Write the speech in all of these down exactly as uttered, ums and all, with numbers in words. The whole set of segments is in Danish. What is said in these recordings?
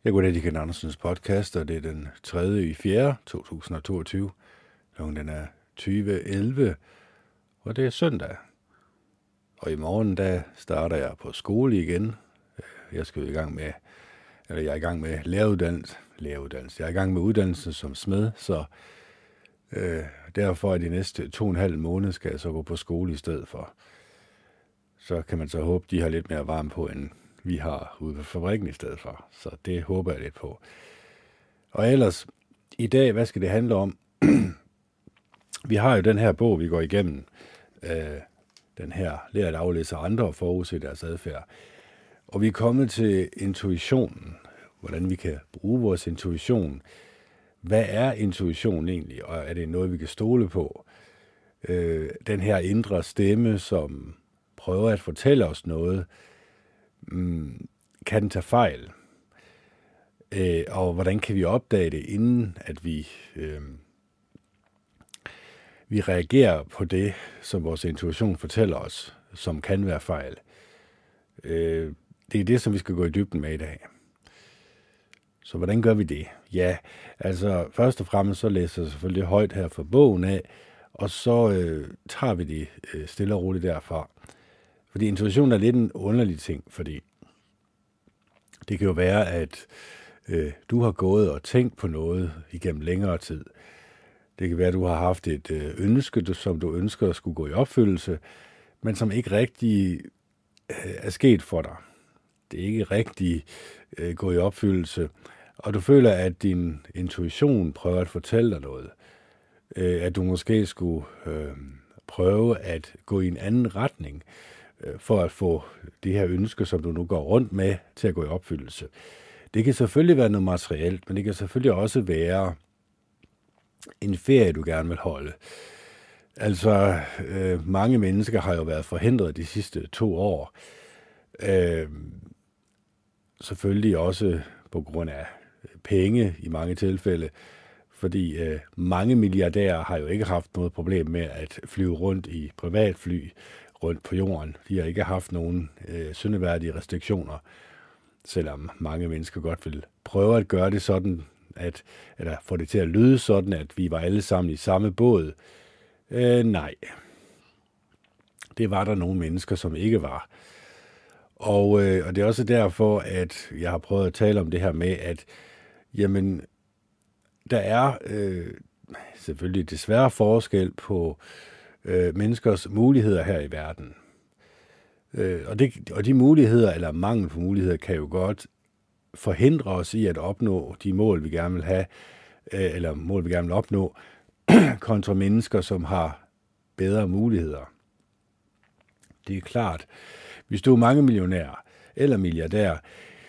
Jeg går til Ken Andersens podcast, og det er den tredje i fjerde to tusind og toogtyve. Klokken den er tyve elleve, og det er søndag. Og i morgen, der starter jeg på skole igen. Jeg skal i gang med, eller jeg er i gang med læreruddannelse. læreruddannelse. Jeg er i gang med uddannelse som smed, så øh, derfor er de næste to og en halv måned skal jeg så gå på skole i stedet for. Så kan man så håbe, de har lidt mere varme på, end vi har ude på fabrikken i stedet for. Så det håber jeg lidt på. Og ellers, i dag, hvad skal det handle om? Vi har jo den her bog, vi går igennem. Øh, den her, lær at aflæse andre og forudse deres adfærd. Og vi er kommet til intuitionen. Hvordan vi kan bruge vores intuition. Hvad er intuition egentlig? Og er det noget, vi kan stole på? Øh, den her indre stemme, som prøver at fortælle os noget, kan den tage fejl? Øh, og hvordan kan vi opdage det, inden at vi, øh, vi reagerer på det, som vores intuition fortæller os, som kan være fejl? Øh, det er det, som vi skal gå i dybden med i dag. Så hvordan gør vi det? Ja, altså først og fremmest så læser jeg selvfølgelig højt her fra bogen af, og så øh, tager vi det øh, stille og roligt derfra. Fordi intuition er lidt en underlig ting, fordi det kan jo være, at øh, du har gået og tænkt på noget igennem længere tid. Det kan være, at du har haft et øh, ønske, som du ønsker at skulle gå i opfyldelse, men som ikke rigtig øh, er sket for dig. Det er ikke rigtig øh, gået i opfyldelse, og du føler, at din intuition prøver at fortælle dig noget. Øh, at du måske skulle øh, prøve at gå i en anden retning, for at få det her ønske, som du nu går rundt med, til at gå i opfyldelse. Det kan selvfølgelig være noget materielt, men det kan selvfølgelig også være en ferie, du gerne vil holde. Altså, øh, mange mennesker har jo været forhindret de sidste to år. Øh, selvfølgelig også på grund af penge i mange tilfælde, fordi øh, mange milliardærer har jo ikke haft noget problem med at flyve rundt i privatfly, rundt på jorden. De har ikke haft nogen øh, syndeværdige restriktioner, selvom mange mennesker godt vil prøve at gøre det sådan, at, eller få det til at lyde sådan, at vi var alle sammen i samme båd. Øh, nej. Det var der nogle mennesker, som ikke var. Og, øh, og det er også derfor, at jeg har prøvet at tale om det her med, at jamen, der er øh, selvfølgelig desværre forskel på Øh, menneskers muligheder her i verden. Øh, og, det, og de muligheder, eller mangel på muligheder, kan jo godt forhindre os i at opnå de mål, vi gerne vil have, øh, eller mål, vi gerne vil opnå, kontra mennesker, som har bedre muligheder. Det er klart, hvis du er mange millionærer eller milliardærer,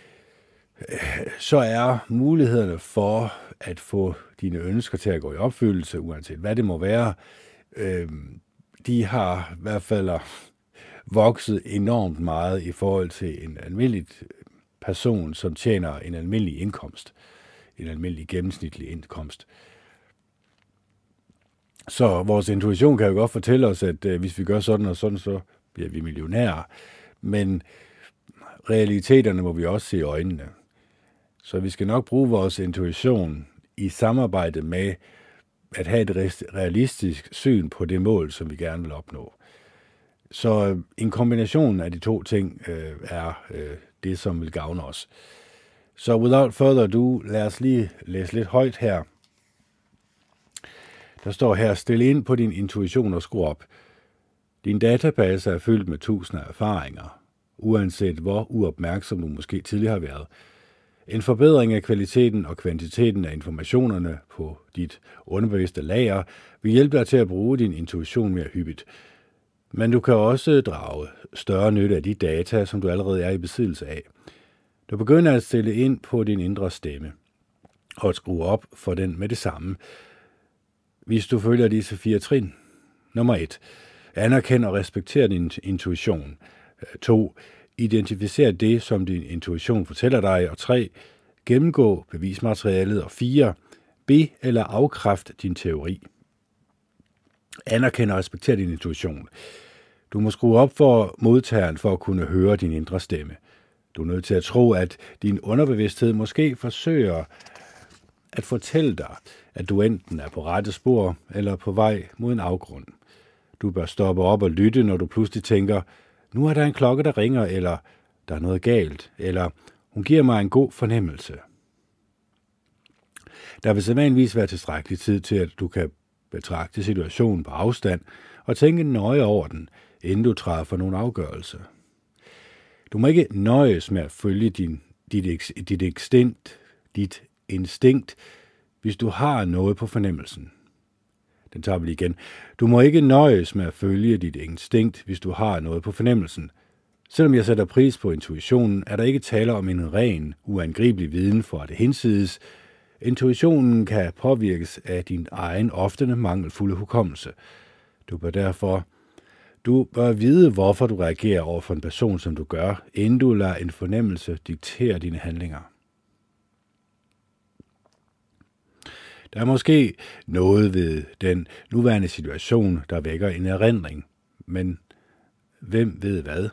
øh, så er mulighederne for at få dine ønsker til at gå i opfyldelse, uanset hvad det må være, øh, de har i hvert fald vokset enormt meget i forhold til en almindelig person, som tjener en almindelig indkomst. En almindelig gennemsnitlig indkomst. Så vores intuition kan jo godt fortælle os, at øh, hvis vi gør sådan og sådan, så bliver vi millionærer. Men realiteterne må vi også se i øjnene. Så vi skal nok bruge vores intuition i samarbejde med at have et realistisk syn på det mål, som vi gerne vil opnå. Så en kombination af de to ting øh, er øh, det, som vil gavne os. Så without further ado, lad os lige læse lidt højt her. Der står her, stil ind på din intuition og skru op. Din database er fyldt med tusinder af erfaringer, uanset hvor uopmærksom du måske tidligere har været. En forbedring af kvaliteten og kvantiteten af informationerne på dit underbevidste lager vil hjælpe dig til at bruge din intuition mere hyppigt. Men du kan også drage større nytte af de data, som du allerede er i besiddelse af. Du begynder at stille ind på din indre stemme og at skrue op for den med det samme, hvis du følger disse fire trin. Nummer et. Anerkend og respekter din intuition. to. Identificer det, som din intuition fortæller dig. Og tre. Gennemgå bevismaterialet. Og fire. Be eller afkræft din teori. Anerkend og respekter din intuition. Du må skrue op for modtageren for at kunne høre din indre stemme. Du er nødt til at tro, at din underbevidsthed måske forsøger at fortælle dig, at du enten er på rette spor eller på vej mod en afgrund. Du bør stoppe op og lytte, når du pludselig tænker, nu er der en klokke, der ringer, eller der er noget galt, eller hun giver mig en god fornemmelse. Der vil sædvanligvis være tilstrækkelig tid til, at du kan betragte situationen på afstand og tænke nøje over den, inden du træffer nogle afgørelser. Du må ikke nøjes med at følge din, dit, dit, instinkt, dit instinkt, hvis du har noget på fornemmelsen. Den tager vi lige igen. Du må ikke nøjes med at følge dit instinkt, hvis du har noget på fornemmelsen. Selvom jeg sætter pris på intuitionen, er der ikke tale om en ren, uangribelig viden fra det hinsides. Intuitionen kan påvirkes af din egen ofte mangelfulde hukommelse. Du bør derfor Du bør vide, hvorfor du reagerer over for en person, som du gør, inden du lader en fornemmelse diktere dine handlinger. Der er måske noget ved den nuværende situation, der vækker en erindring, men hvem ved hvad?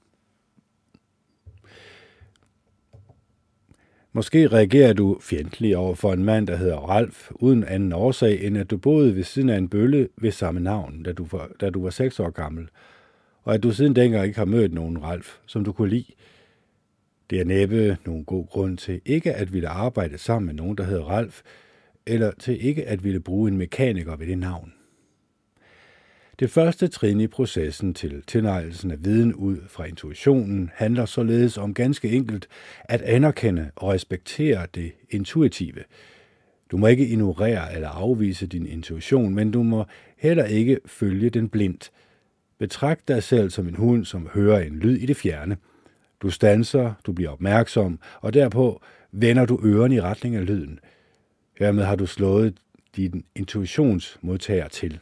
Måske reagerer du fjendtligt over for en mand, der hedder Ralf, uden anden årsag, end at du boede ved siden af en bølle ved samme navn, da du var, da du var seks år gammel, og at du siden dengang ikke har mødt nogen Ralf, som du kunne lide. Det er næppe nogen god grund til ikke at ville arbejde sammen med nogen, der hedder Ralf, eller til ikke at ville bruge en mekaniker ved det navn. Det første trin i processen til tilegnelsen af viden ud fra intuitionen handler således om ganske enkelt at anerkende og respektere det intuitive. Du må ikke ignorere eller afvise din intuition, men du må heller ikke følge den blindt. Betragt dig selv som en hund, som hører en lyd i det fjerne. Du standser, du bliver opmærksom, og derpå vender du ørerne i retning af lyden. Hermed har du slået din intuitionsmodtager til.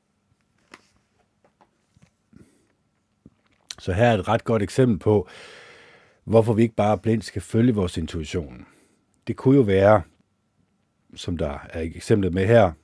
Så her er et ret godt eksempel på, hvorfor vi ikke bare blindt skal følge vores intuition. Det kunne jo være, som der er et eksempel med her,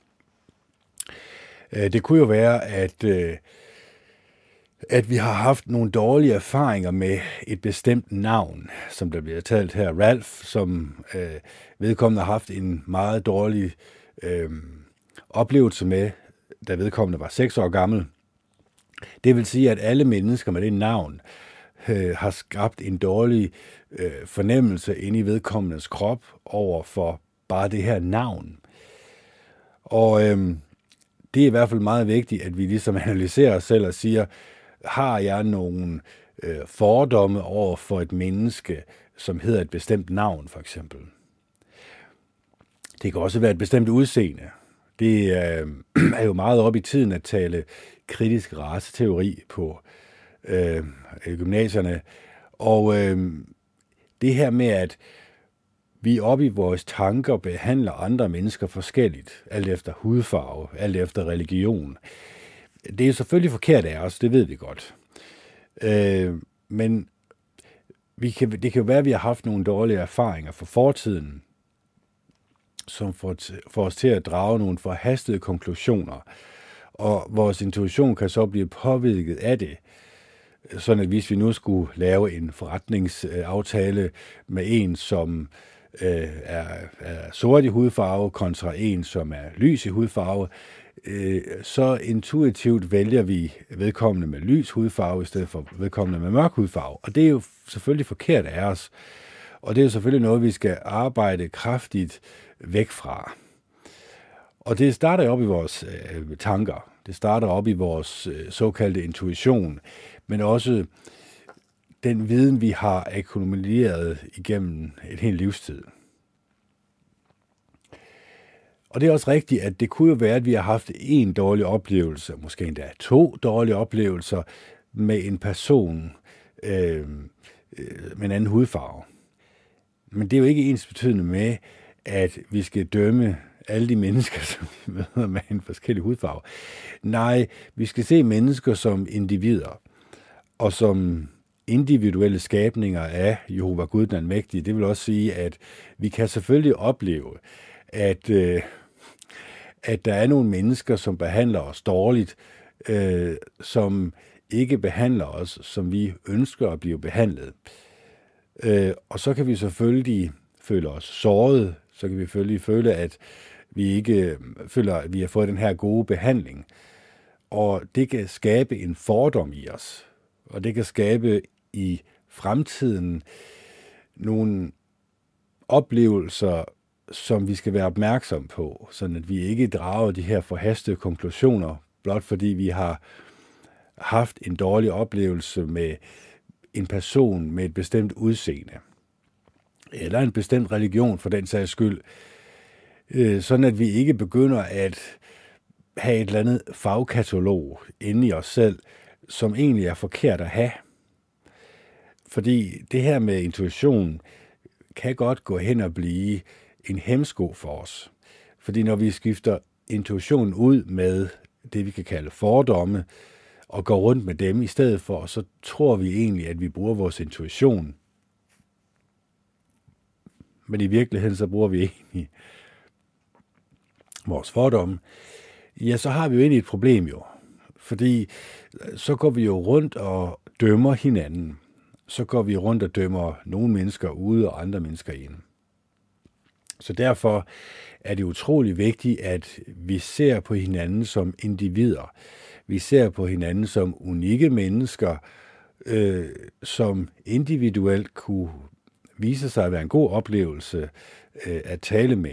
det kunne jo være, at, at vi har haft nogle dårlige erfaringer med et bestemt navn, som der bliver talt her, Ralf, som øh, vedkommende har haft en meget dårlig øh, oplevelse med, da vedkommende var seks år gammel. Det vil sige, at alle mennesker med det navn øh, har skabt en dårlig øh, fornemmelse inde i vedkommendes krop over for bare det her navn. Og øh, det er i hvert fald meget vigtigt, at vi ligesom analyserer os selv og siger, har jeg nogle øh, fordomme over for et menneske, som hedder et bestemt navn, for eksempel. Det kan også være et bestemt udseende. Det øh, er jo meget op i tiden at tale kritisk raceteori på øh, gymnasierne. Og øh, det her med, at vi oppe i vores tanker behandler andre mennesker forskelligt, alt efter hudfarve, alt efter religion. Det er jo selvfølgelig forkert af os, det ved vi godt. Øh, men vi kan, det kan jo være, at vi har haft nogle dårlige erfaringer fra fortiden, som får, får os til at drage nogle forhastede konklusioner. Og vores intuition kan så blive påvirket af det. Sådan at hvis vi nu skulle lave en forretningsaftale med en, som øh, er, er sort i hudfarve, kontra en, som er lys i hudfarve, øh, så intuitivt vælger vi vedkommende med lys hudfarve, i stedet for vedkommende med mørk hudfarve. Og det er jo selvfølgelig forkert af os. Og det er jo selvfølgelig noget, vi skal arbejde kraftigt væk fra. Og det starter jo op i vores øh, tanker. Det starter op i vores øh, såkaldte intuition, men også den viden, vi har akkumuleret igennem et helt livstid. Og det er også rigtigt, at det kunne jo være, at vi har haft en dårlig oplevelse, måske endda to dårlige oplevelser med en person øh, med en anden hudfarve. Men det er jo ikke ensbetydende med, at vi skal dømme alle de mennesker, som vi møder med en forskellig hudfarve. Nej, vi skal se mennesker som individer, og som individuelle skabninger af Jehova Gud den Almægtige. Det vil også sige, at vi kan selvfølgelig opleve, at, øh, at der er nogle mennesker, som behandler os dårligt, øh, som ikke behandler os, som vi ønsker at blive behandlet. Øh, og så kan vi selvfølgelig føle os såret, så kan vi selvfølgelig føle, at vi ikke føler, at vi har fået den her gode behandling. Og det kan skabe en fordom i os, og det kan skabe i fremtiden nogle oplevelser, som vi skal være opmærksom på, sådan at vi ikke drager de her forhastede konklusioner, blot fordi vi har haft en dårlig oplevelse med en person med et bestemt udseende, eller en bestemt religion for den sags skyld, sådan at vi ikke begynder at have et eller andet fagkatalog inde i os selv, som egentlig er forkert at have. Fordi det her med intuition kan godt gå hen og blive en hæmsko for os. Fordi når vi skifter intuitionen ud med det, vi kan kalde fordomme, og går rundt med dem i stedet for, så tror vi egentlig, at vi bruger vores intuition. Men i virkeligheden, så bruger vi egentlig vores fordomme. Ja, så har vi jo egentlig et problem jo. Fordi så går vi jo rundt og dømmer hinanden. Så går vi rundt og dømmer nogle mennesker ude og andre mennesker inde. Så derfor er det utrolig vigtigt, at vi ser på hinanden som individer. Vi ser på hinanden som unikke mennesker, øh, som individuelt kunne vise sig at være en god oplevelse øh, at tale med.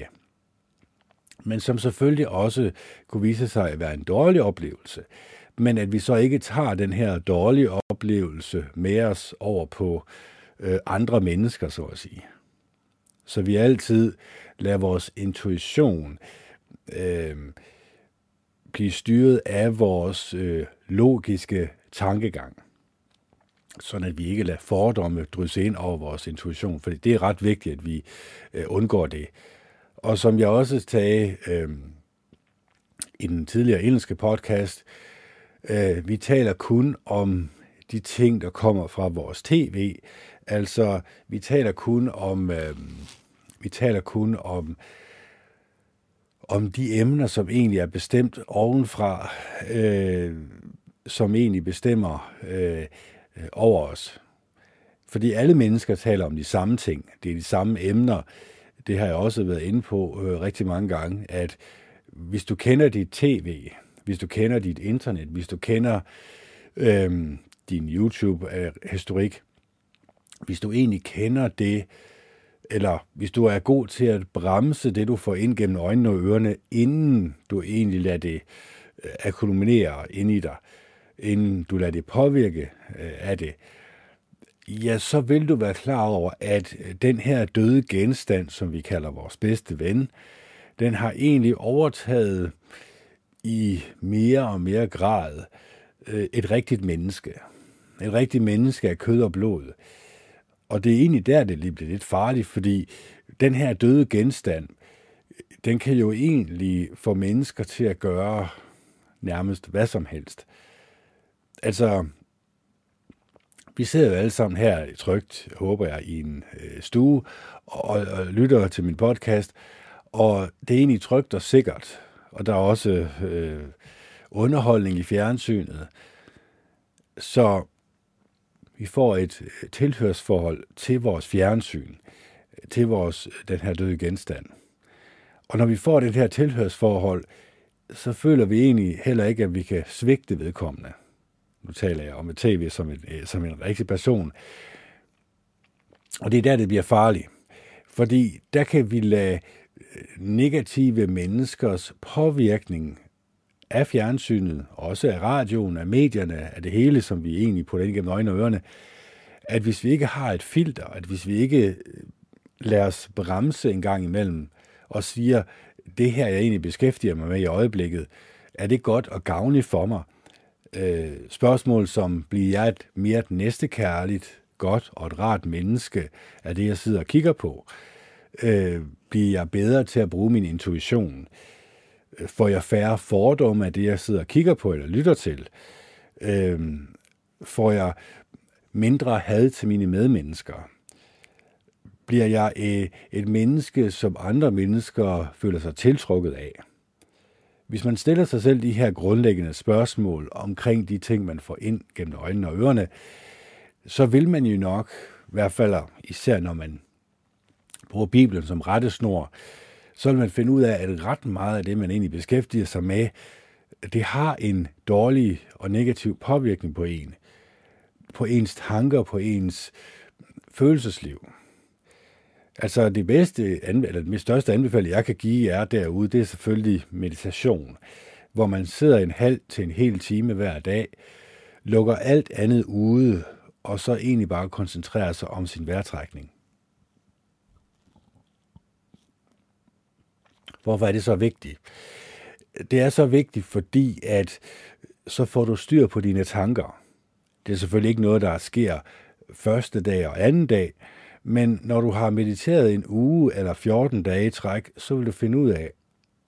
Men som selvfølgelig også kunne vise sig at være en dårlig oplevelse. Men at vi så ikke tager den her dårlige oplevelse med os over på øh, andre mennesker, så at sige. Så vi altid lader vores intuition øh, blive styret af vores øh, logiske tankegang. Sådan at vi ikke lader fordomme drysse ind over vores intuition, for det er ret vigtigt, at vi øh, undgår det. Og som jeg også sagde øh, i den tidligere engelske podcast, øh, vi taler kun om de ting, der kommer fra vores tv. Altså, vi taler kun om, øh, vi taler kun om, om de emner, som egentlig er bestemt ovenfra, øh, som egentlig bestemmer øh, over os. Fordi alle mennesker taler om de samme ting. Det er de samme emner. Det har jeg også været inde på øh, rigtig mange gange, at hvis du kender dit tv, hvis du kender dit internet, hvis du kender øh, din YouTube-historik, hvis du egentlig kender det, eller hvis du er god til at bremse det, du får ind gennem øjnene og ørerne, inden du egentlig lader det akkumulere ind i dig, inden du lader det påvirke øh, af det, ja, så vil du være klar over, at den her døde genstand, som vi kalder vores bedste ven, den har egentlig overtaget i mere og mere grad øh, et rigtigt menneske. Et rigtigt menneske af kød og blod. Og det er egentlig der, det bliver lidt farligt, fordi den her døde genstand, den kan jo egentlig få mennesker til at gøre nærmest hvad som helst. Altså, vi sidder jo alle sammen her trygt, håber jeg, i en øh, stue og, og lytter til min podcast, og det er egentlig trygt og sikkert, og der er også øh, underholdning i fjernsynet, så vi får et tilhørsforhold til vores fjernsyn, til vores, den her døde genstand. Og når vi får det her tilhørsforhold, så føler vi egentlig heller ikke, at vi kan svigte vedkommende. Nu taler jeg om et tv som en, som en rigtig person. Og det er der, det bliver farligt. Fordi der kan vi lade negative menneskers påvirkning af fjernsynet, også af radioen, af medierne, af det hele, som vi egentlig putter ind gennem øjnene og ørerne, at hvis vi ikke har et filter, at hvis vi ikke lader os bremse en gang imellem og siger, det her jeg egentlig beskæftiger mig med i øjeblikket, er det godt og gavnligt for mig? Øh, spørgsmål som, bliver jeg et mere et næstekærligt, godt og et rart menneske af det, jeg sidder og kigger på? Øh, bliver jeg bedre til at bruge min intuition? Får jeg færre fordomme af det, jeg sidder og kigger på eller lytter til? Øh, får jeg mindre had til mine medmennesker? Bliver jeg et, et menneske, som andre mennesker føler sig tiltrukket af? Hvis man stiller sig selv de her grundlæggende spørgsmål omkring de ting, man får ind gennem øjnene og ørerne, så vil man jo nok i hvert fald især når man bruger Bibelen som rettesnor, så vil man finde ud af, at ret meget af det, man egentlig beskæftiger sig med, det har en dårlig og negativ påvirkning på en. På ens tanker, på ens følelsesliv. Altså det bedste, eller det største anbefaling, jeg kan give jer derude, det er selvfølgelig meditation, hvor man sidder en halv til en hel time hver dag, lukker alt andet ude, og så egentlig bare koncentrerer sig om sin vejrtrækning. Hvorfor er det så vigtigt? Det er så vigtigt, fordi at så får du styr på dine tanker. Det er selvfølgelig ikke noget, der sker første dag og anden dag, men når du har mediteret en uge eller fjorten dage i træk, så vil du finde ud af,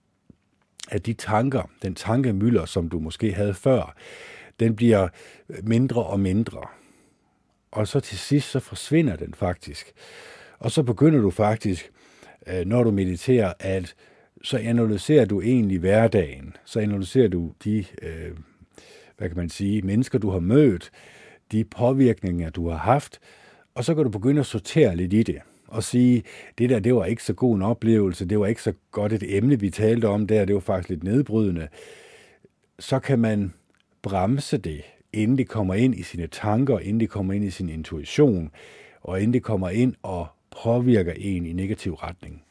at de tanker, den tankemylder, som du måske havde før, den bliver mindre og mindre. Og så til sidst, så forsvinder den faktisk. Og så begynder du faktisk, når du mediterer, at så analyserer du egentlig hverdagen. Så analyserer du de, øh, hvad kan man sige, mennesker, du har mødt, de påvirkninger, du har haft, og så kan du begynde at sortere lidt i det, og sige, det der, det var ikke så god en oplevelse, det var ikke så godt et emne, vi talte om der, det var faktisk lidt nedbrydende. Så kan man bremse det, inden det kommer ind i sine tanker, inden det kommer ind i sin intuition, og inden det kommer ind og påvirker en i negativ retning.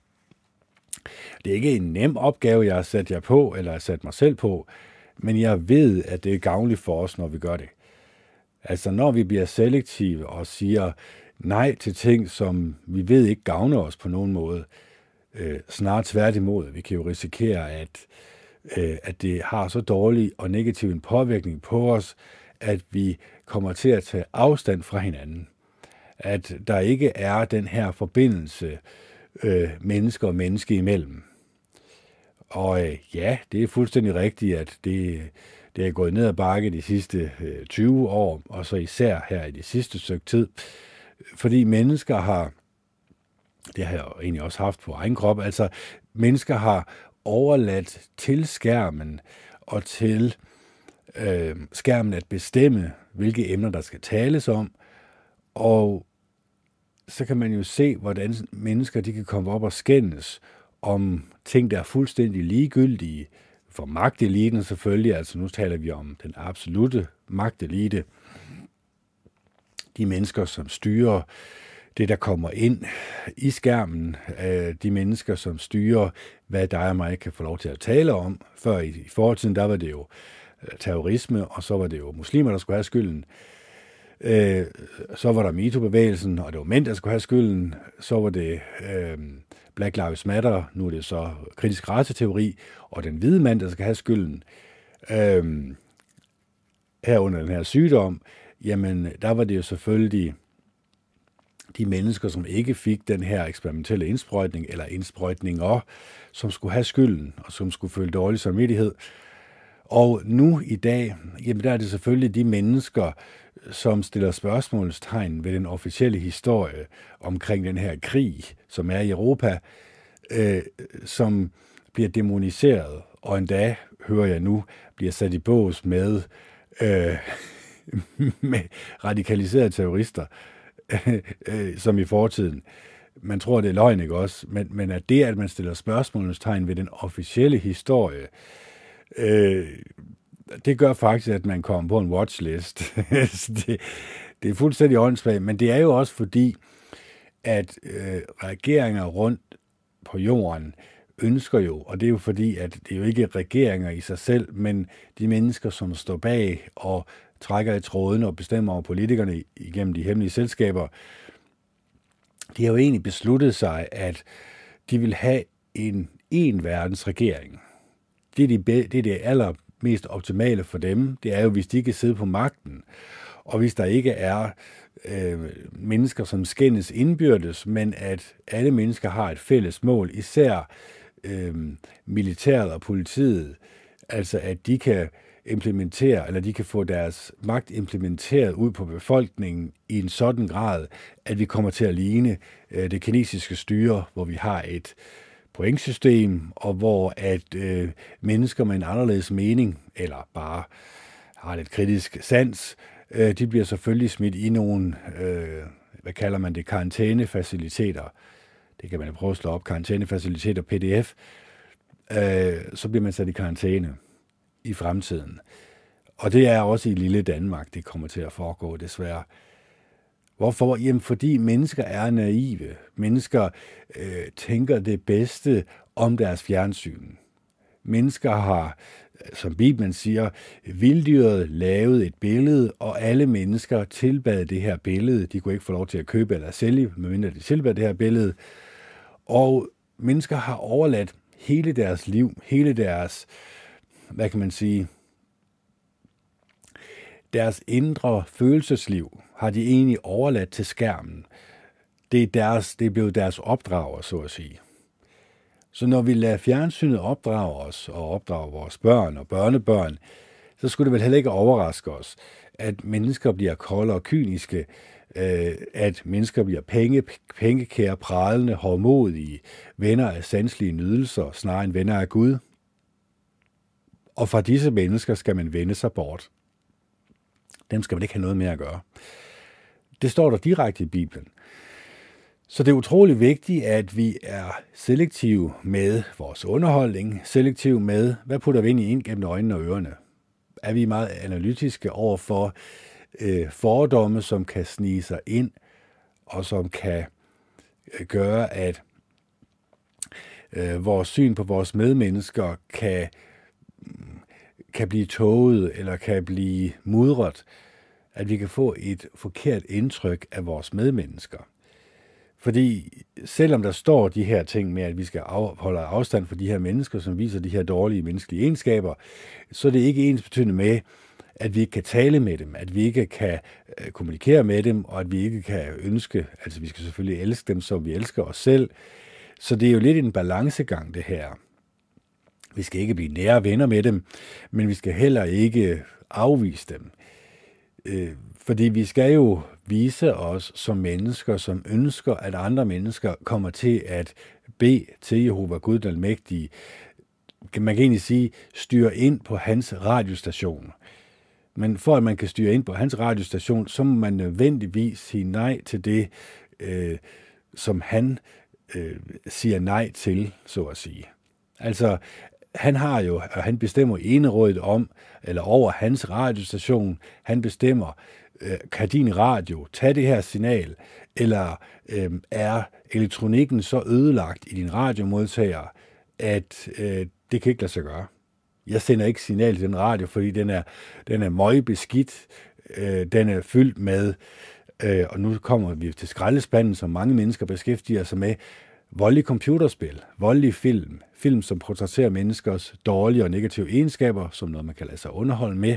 Det er ikke en nem opgave, jeg har sat jer på, eller har sat mig selv på, men jeg ved, at det er gavnligt for os, når vi gør det. Altså når vi bliver selektive og siger nej til ting, som vi ved ikke gavner os på nogen måde, øh, snart tværtimod, vi kan jo risikere, at, øh, at det har så dårlig og negativ en påvirkning på os, at vi kommer til at tage afstand fra hinanden. At der ikke er den her forbindelse øh, mennesker og menneske imellem. Og øh, ja, det er fuldstændig rigtigt, at det, det er gået ned ad bakke de sidste øh, tyve år, og så især her i de sidste stykke tid. Fordi mennesker har, det har jeg jo egentlig også haft på egen krop, altså mennesker har overladt til skærmen og til øh, skærmen at bestemme, hvilke emner der skal tales om, og så kan man jo se, hvordan mennesker de kan komme op og skændes om ting, der er fuldstændig ligegyldige, for magteliten selvfølgelig, altså nu taler vi om den absolute magtelite, de mennesker, som styrer det, der kommer ind i skærmen, de mennesker, som styrer, hvad dig og mig kan få lov til at tale om. Før i, i fortiden, der var det jo terrorisme, og så var det jo muslimer, der skulle have skylden. Øh, så var der MeToo-bevægelsen, og det var mænd, der skulle have skylden. Så var det øh, Black Lives Matter, nu er det så kritisk raceteori, og den hvide mand, der skal have skylden. Øh, her under den her sygdom, jamen der var det jo selvfølgelig de mennesker, som ikke fik den her eksperimentelle indsprøjtning, eller indsprøjtninger, som skulle have skylden, og som skulle føle dårlig samvittighed. Og nu i dag, jamen der er det selvfølgelig de mennesker, som stiller spørgsmålstegn ved den officielle historie omkring den her krig, som er i Europa, øh, som bliver demoniseret, og endda, hører jeg nu, bliver sat i bås med, øh, med radikaliserede terrorister, øh, som i fortiden. Man tror, det er løgn, ikke også? Men, men at det, at man stiller spørgsmålstegn ved den officielle historie, øh, det gør faktisk, at man kommer på en watchlist. det, det er fuldstændig åndssvagt, men det er jo også fordi, at øh, regeringer rundt på jorden ønsker jo, og det er jo fordi, at det er jo ikke regeringer i sig selv, men de mennesker, som står bag og trækker i tråden og bestemmer over politikerne igennem de hemmelige selskaber, de har jo egentlig besluttet sig, at de vil have en enverdensregering. Det er, de, det er det allermest optimale for dem. Det er jo, hvis de kan sidde på magten, og hvis der ikke er øh, mennesker, som skændes indbyrdes, men at alle mennesker har et fælles mål, især øh, militæret og politiet, altså at de kan implementere, eller de kan få deres magt implementeret ud på befolkningen i en sådan grad, at vi kommer til at ligne øh, det kinesiske styre, hvor vi har et pointsystem, og hvor at øh, mennesker med en anderledes mening, eller bare har lidt kritisk sans, øh, de bliver selvfølgelig smidt i nogle øh, hvad kalder man det, karantænefaciliteter. Det kan man jo prøve at slå op, karantænefaciliteter, P D F. Øh, så bliver man sat i karantæne i fremtiden. Og det er også i lille Danmark, det kommer til at foregå, desværre. Hvorfor? Jamen, fordi mennesker er naive. Mennesker øh, tænker det bedste om deres fjernsyn. Mennesker har, som Bibelen siger, vilddyret lavet et billede, og alle mennesker tilbad det her billede. De kunne ikke få lov til at købe eller sælge, medmindre de tilbad det her billede. Og mennesker har overladt hele deres liv, hele deres, hvad kan man sige, deres indre følelsesliv, har de egentlig overladt til skærmen. Det er, deres, det er blevet deres opdrager, så at sige. Så når vi lader fjernsynet opdrage os, og opdrage vores børn og børnebørn, så skulle det vel heller ikke overraske os, at mennesker bliver kolde og kyniske, at mennesker bliver penge, pengekære, pralende, hårdmodige, venner af sanselige nydelser, snarere end venner af Gud. Og fra disse mennesker skal man vende sig bort. Dem skal man ikke have noget med at gøre. Det står der direkte i Bibelen. Så det er utrolig vigtigt, at vi er selektive med vores underholdning, selektive med, hvad putter vi ind i ind gennem øjnene og ørerne. Er vi meget analytiske over for øh, fordomme, som kan snige sig ind, og som kan øh, gøre, at øh, vores syn på vores medmennesker kan, kan blive tåget, eller kan blive mudret, at vi kan få et forkert indtryk af vores medmennesker. Fordi selvom der står de her ting med, at vi skal holde afstand for de her mennesker, som viser de her dårlige menneskelige egenskaber, så er det ikke ensbetydende med, at vi ikke kan tale med dem, at vi ikke kan kommunikere med dem, og at vi ikke kan ønske, altså vi skal selvfølgelig elske dem, som vi elsker os selv. Så det er jo lidt en balancegang, det her. Vi skal ikke blive nære venner med dem, men vi skal heller ikke afvise dem. Fordi vi skal jo vise os som mennesker, som ønsker, at andre mennesker kommer til at bede til Jehova Gud den Almægtige. Man kan egentlig sige, styre ind på hans radiostation. Men for at man kan styre ind på hans radiostation, så må man nødvendigvis sige nej til det, øh, som han øh, siger nej til, så at sige. Altså, han har jo, og han bestemmer enerådet om, eller over hans radiostation, han bestemmer, øh, kan din radio tage det her signal, eller øh, er elektronikken så ødelagt i din radiomodtager, at øh, det kan ikke lade sig gøre. Jeg sender ikke signal til den radio, fordi den er, den er møgbeskidt, øh, den er fyldt med, øh, og nu kommer vi til skraldespanden, som mange mennesker beskæftiger sig med, voldelige computerspil, voldelige film, film som portrætterer menneskers dårlige og negative egenskaber, som noget man kan lade sig underholde med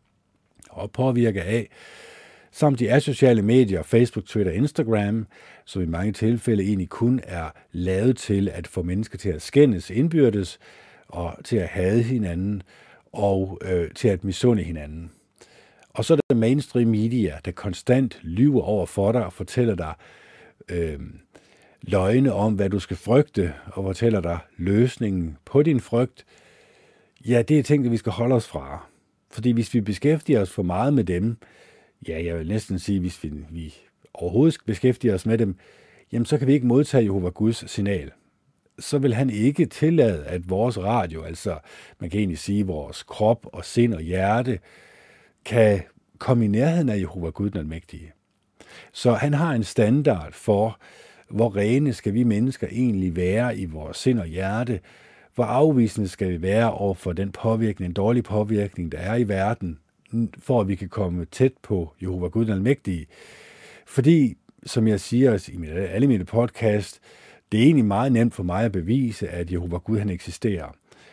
og påvirke af, samt de asociale medier, Facebook, Twitter, Instagram, som i mange tilfælde egentlig kun er lavet til at få mennesker til at skændes indbyrdes, og til at hade hinanden, og øh, til at misunde hinanden. Og så er der mainstream media, der konstant lyver over for dig og fortæller dig øh, løgne om, hvad du skal frygte, og fortæller dig løsningen på din frygt. Ja, det er ting, vi skal holde os fra. Fordi hvis vi beskæftiger os for meget med dem, ja, jeg vil næsten sige, hvis vi, vi overhovedet skal beskæftige os med dem, jamen så kan vi ikke modtage Jehova Guds signal. Så vil han ikke tillade, at vores radio, altså man kan egentlig sige, vores krop og sind og hjerte, kan komme i nærheden af Jehova Gud den Almægtige. Så han har en standard for, hvor rene skal vi mennesker egentlig være i vores sind og hjerte, hvor afvisende skal vi være over for den påvirkning, en dårlig påvirkning, der er i verden, for at vi kan komme tæt på Jehova Gud den Almægtige. Fordi, som jeg siger i alle mine podcast, det er egentlig meget nemt for mig at bevise, at Jehova Gud han eksisterer.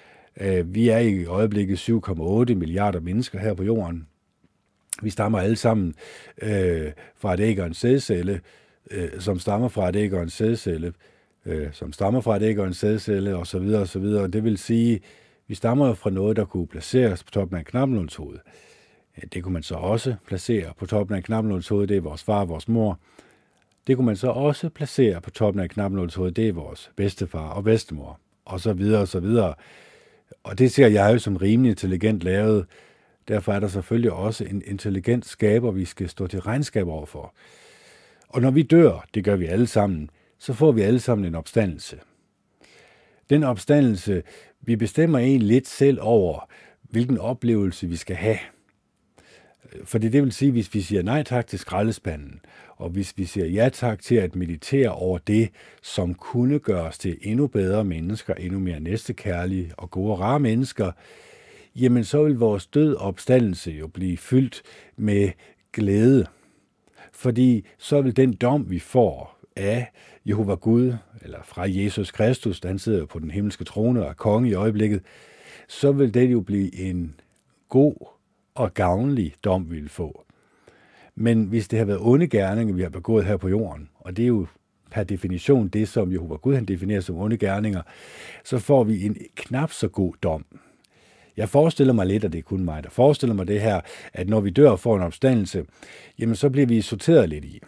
Vi er i øjeblikket syv komma otte milliarder mennesker her på jorden. Vi stammer alle sammen øh, fra et æg og en sædcelle, øh, som stammer fra et æg og en sædcelle, øh, som stammer fra et æg og en sædcelle, osv. osv. Det vil sige, vi stammer fra noget, der kunne placeres på toppen af en knapnålshoved. Det kunne man så også placere på toppen af en knapnålshoved, det er vores far og vores mor. Det kunne man så også placere på toppen af en knapnålshoved, det er vores bedstefar og bedstemor, og så videre og så videre. Og det ser jeg jo som rimelig intelligent lavet. Derfor er der selvfølgelig også en intelligent skaber, vi skal stå til regnskab overfor. Og når vi dør, det gør vi alle sammen, så får vi alle sammen en opstandelse. Den opstandelse, vi bestemmer egentlig lidt selv over, hvilken oplevelse vi skal have. Fordi det vil sige, hvis vi siger nej tak til skraldespanden, og hvis vi siger ja tak til at meditere over det, som kunne gøre os til endnu bedre mennesker, endnu mere næstekærlige og gode og rare mennesker, jamen så vil vores død og opstandelse jo blive fyldt med glæde. Fordi så vil den dom, vi får af Jehova Gud, eller fra Jesus Kristus, der han sidder jo på den himmelske trone og er konge i øjeblikket, så vil det jo blive en god og gavnlig dom, vi vil få. Men hvis det har været onde gerninger, vi har begået her på jorden, og det er jo per definition det, som Jehova Gud han definerer som onde gerninger, så får vi en knap så god dom. Jeg forestiller mig lidt, og det er kun mig, der forestiller mig det her, at når vi dør og får en opstandelse, jamen så bliver vi sorteret lidt i.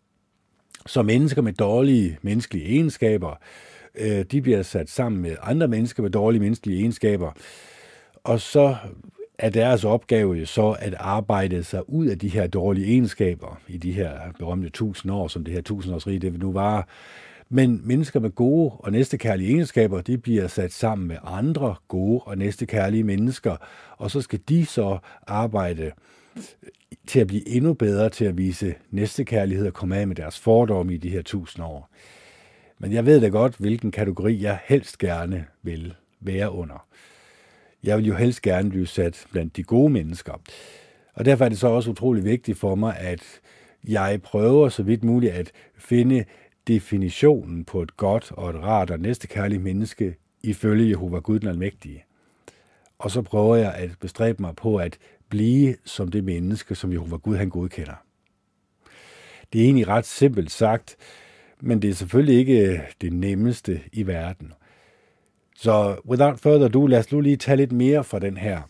Så mennesker med dårlige menneskelige egenskaber, øh, de bliver sat sammen med andre mennesker med dårlige menneskelige egenskaber, og så er deres opgave jo så at arbejde sig ud af de her dårlige egenskaber i de her berømte tusind år, som det her tusindårsrige det vil nu vare. Men mennesker med gode og næstekærlige egenskaber, de bliver sat sammen med andre gode og næstekærlige mennesker, og så skal de så arbejde til at blive endnu bedre til at vise næstekærlighed og komme af med deres fordomme i de her tusind år. Men jeg ved da godt, hvilken kategori jeg helst gerne vil være under. Jeg vil jo helst gerne blive sat blandt de gode mennesker. Og derfor er det så også utrolig vigtigt for mig, at jeg prøver så vidt muligt at finde definitionen på et godt og et rart og næstekærligt menneske ifølge Jehova Gud den Almægtige. Og så prøver jeg at bestræbe mig på at blive som det menneske, som Jehova Gud han godkender. Det er egentlig ret simpelt sagt, men det er selvfølgelig ikke det nemmeste i verden. Så without further ado, lad os nu lige tage lidt mere fra den her.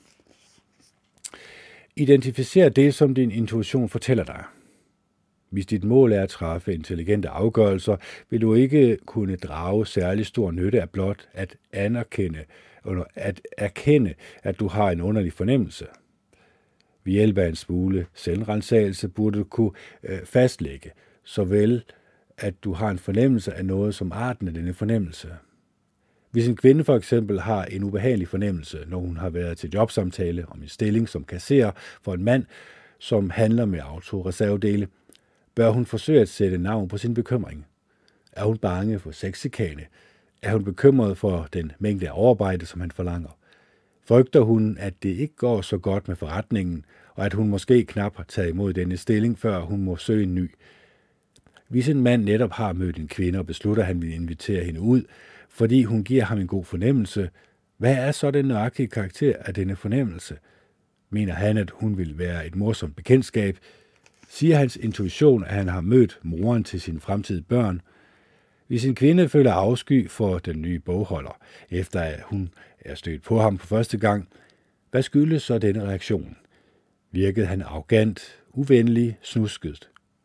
Identificer det, som din intuition fortæller dig. Hvis dit mål er at træffe intelligente afgørelser, vil du ikke kunne drage særlig stor nytte af blot at anerkende, eller at erkende, at du har en underlig fornemmelse. Ved hjælp af en smule selvrensagelse burde du kunne øh, fastlægge, såvel at du har en fornemmelse af noget som arten af denne fornemmelse. Hvis en kvinde for eksempel har en ubehagelig fornemmelse, når hun har været til jobsamtale om en stilling som kasserer for en mand, som handler med autoreservedele, bør hun forsøge at sætte navn på sin bekymring. Er hun bange for sexchikane? Er hun bekymret for den mængde af overarbejde, som han forlanger? Frygter hun, at det ikke går så godt med forretningen, og at hun måske knap har taget imod denne stilling, før hun må søge en ny? Hvis en mand netop har mødt en kvinde og beslutter, at han vil invitere hende ud, fordi hun giver ham en god fornemmelse, hvad er så den nøjagtige karakter af denne fornemmelse? Mener han, at hun vil være et morsomt bekendtskab? Siger hans intuition, at han har mødt moren til sine fremtidige børn? Hvis en kvinde føler afsky for den nye bogholder, efter at hun er stødt på ham for første gang, hvad skyldes så denne reaktion? Virkede han arrogant, uvenlig, snusket?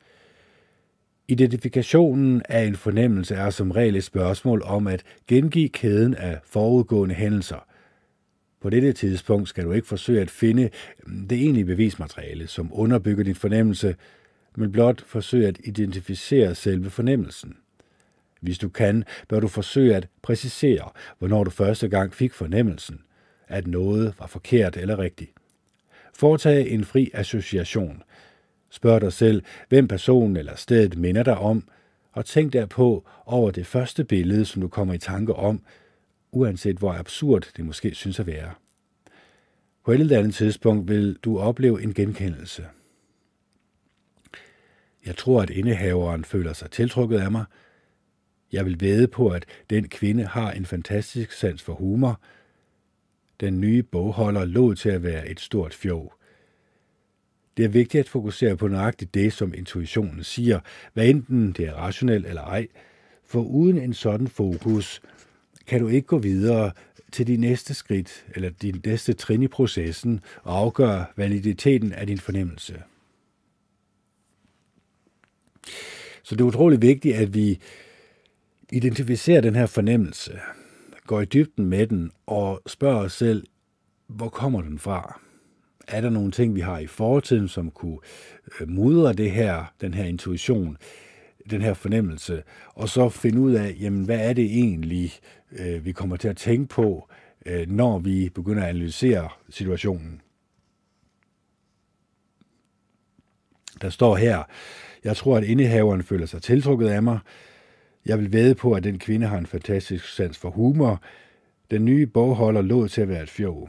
Identifikationen af en fornemmelse er som regel et spørgsmål om at gengive kæden af forudgående hændelser. På dette tidspunkt skal du ikke forsøge at finde det egentlige bevismateriale, som underbygger din fornemmelse, men blot forsøge at identificere selve fornemmelsen. Hvis du kan, bør du forsøge at præcisere, hvornår du første gang fik fornemmelsen, at noget var forkert eller rigtigt. Foretag en fri association. Spørg dig selv, hvem personen eller stedet minder dig om, og tænk derpå over det første billede, som du kommer i tanke om, uanset hvor absurd det måske synes at være. På et eller andet tidspunkt vil du opleve en genkendelse. Jeg tror, at indehaveren føler sig tiltrukket af mig. Jeg vil vædde på, at den kvinde har en fantastisk sans for humor. Den nye bogholder lod til at være et stort fjog. Det er vigtigt at fokusere på nøjagtigt det, som intuitionen siger, hvad enten det er rationelt eller ej, for uden en sådan fokus kan du ikke gå videre til de næste skridt eller din næste trin i processen og afgøre validiteten af din fornemmelse. Så det er utroligt vigtigt, at vi identificerer den her fornemmelse, går i dybden med den og spørger os selv, hvor kommer den fra? Er der nogle ting, vi har i fortiden, som kunne mudre det her, den her intuition? den her fornemmelse, og så finde ud af, jamen, hvad er det egentlig, øh, vi kommer til at tænke på, øh, når vi begynder at analysere situationen. Der står her, jeg tror, at indehaveren føler sig tiltrukket af mig. Jeg vil vædde på, at den kvinde har en fantastisk sans for humor. Den nye bogholder lod til at være et fjol.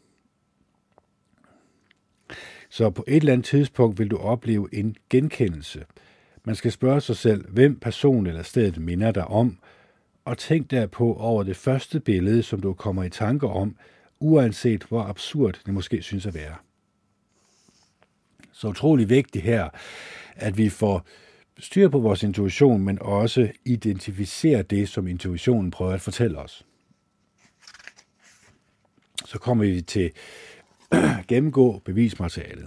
Så på et eller andet tidspunkt vil du opleve en genkendelse. Man skal spørge sig selv, hvem personen eller stedet minder dig om, og tænk derpå over det første billede, som du kommer i tanker om, uanset hvor absurd det måske synes at være. Så utrolig vigtigt her, at vi får styr på vores intuition, men også identificerer det, som intuitionen prøver at fortælle os. Så kommer vi til at gennemgå bevismaterialet.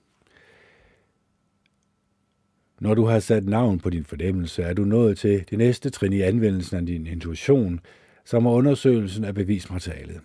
Når du har sat navn på din fornemmelse, er du nået til det næste trin i anvendelsen af din intuition, som er undersøgelsen af bevismaterialet.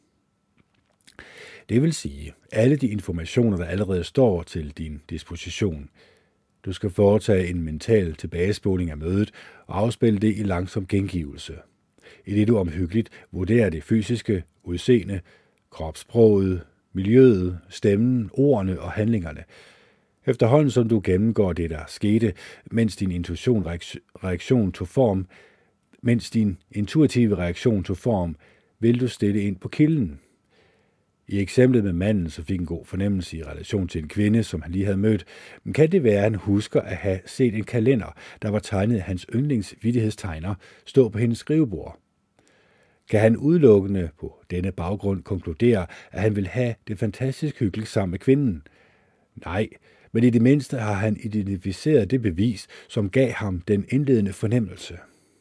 Det vil sige, alle de informationer, der allerede står til din disposition. Du skal foretage en mental tilbagespoling af mødet og afspille det i langsom gengivelse. I det du omhyggeligt vurderer det fysiske, udseende, kropssproget, miljøet, stemmen, ordene og handlingerne. Efterhånden som du gennemgår det, der skete, mens din intuition reaktion tog form, mens din intuitive reaktion tog form, vil du stille ind på kilden. I eksemplet med manden, så fik en god fornemmelse i relation til en kvinde, som han lige havde mødt, men kan det være, at han husker at have set en kalender, der var tegnet af hans yndlingsvittighedstegner, stå på hendes skrivebord. Kan han udelukkende på denne baggrund konkludere, at han vil have det fantastisk hyggeligt sammen med kvinden? Nej, men i det mindste har han identificeret det bevis, som gav ham den indledende fornemmelse.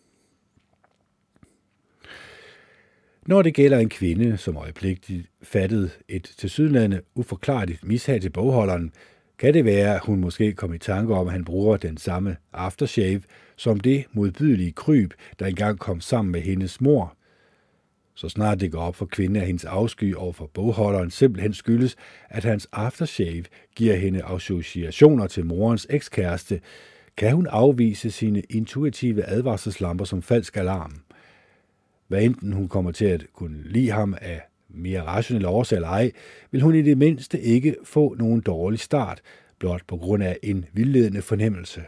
Når det gælder en kvinde, som øjeblikkeligt fattede et tilsyneladende uforklarligt mishag til bogholderen, kan det være, at hun måske kom i tanke om, at han bruger den samme aftershave som det modbydelige kryb, der engang kom sammen med hendes mor. Så snart det går op for kvinden, at hendes afsky over for bogholderen simpelthen skyldes, at hans aftershave giver hende associationer til morens ekskæreste, kan hun afvise sine intuitive advarselslamper som falsk alarm. Hvad enten hun kommer til at kunne lide ham af mere rationelle årsager eller ej, vil hun i det mindste ikke få nogen dårlig start, blot på grund af en vildledende fornemmelse.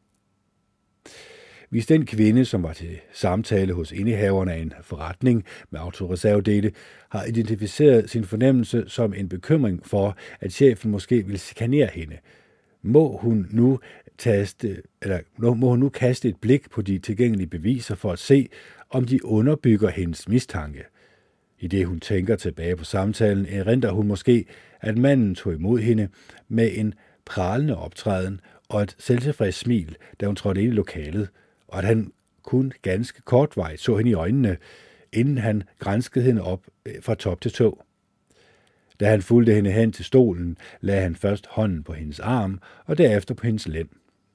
Hvis den kvinde, som var til samtale hos indehaveren af en forretning med autoreservedele, har identificeret sin fornemmelse som en bekymring for, at chefen måske vil chikanere hende, må hun nu taste, eller må hun nu kaste et blik på de tilgængelige beviser for at se, om de underbygger hendes mistanke. I det hun tænker tilbage på samtalen, erindrer hun måske, at manden tog imod hende med en pralende optræden og et selvtilfreds smil, da hun trådte ind i lokalet, og at han kun ganske kortvejt så hende i øjnene, inden han granskede hende op fra top til tå. Da han fulgte hende hen til stolen, lagde han først hånden på hendes arm og derefter på hendes lænd.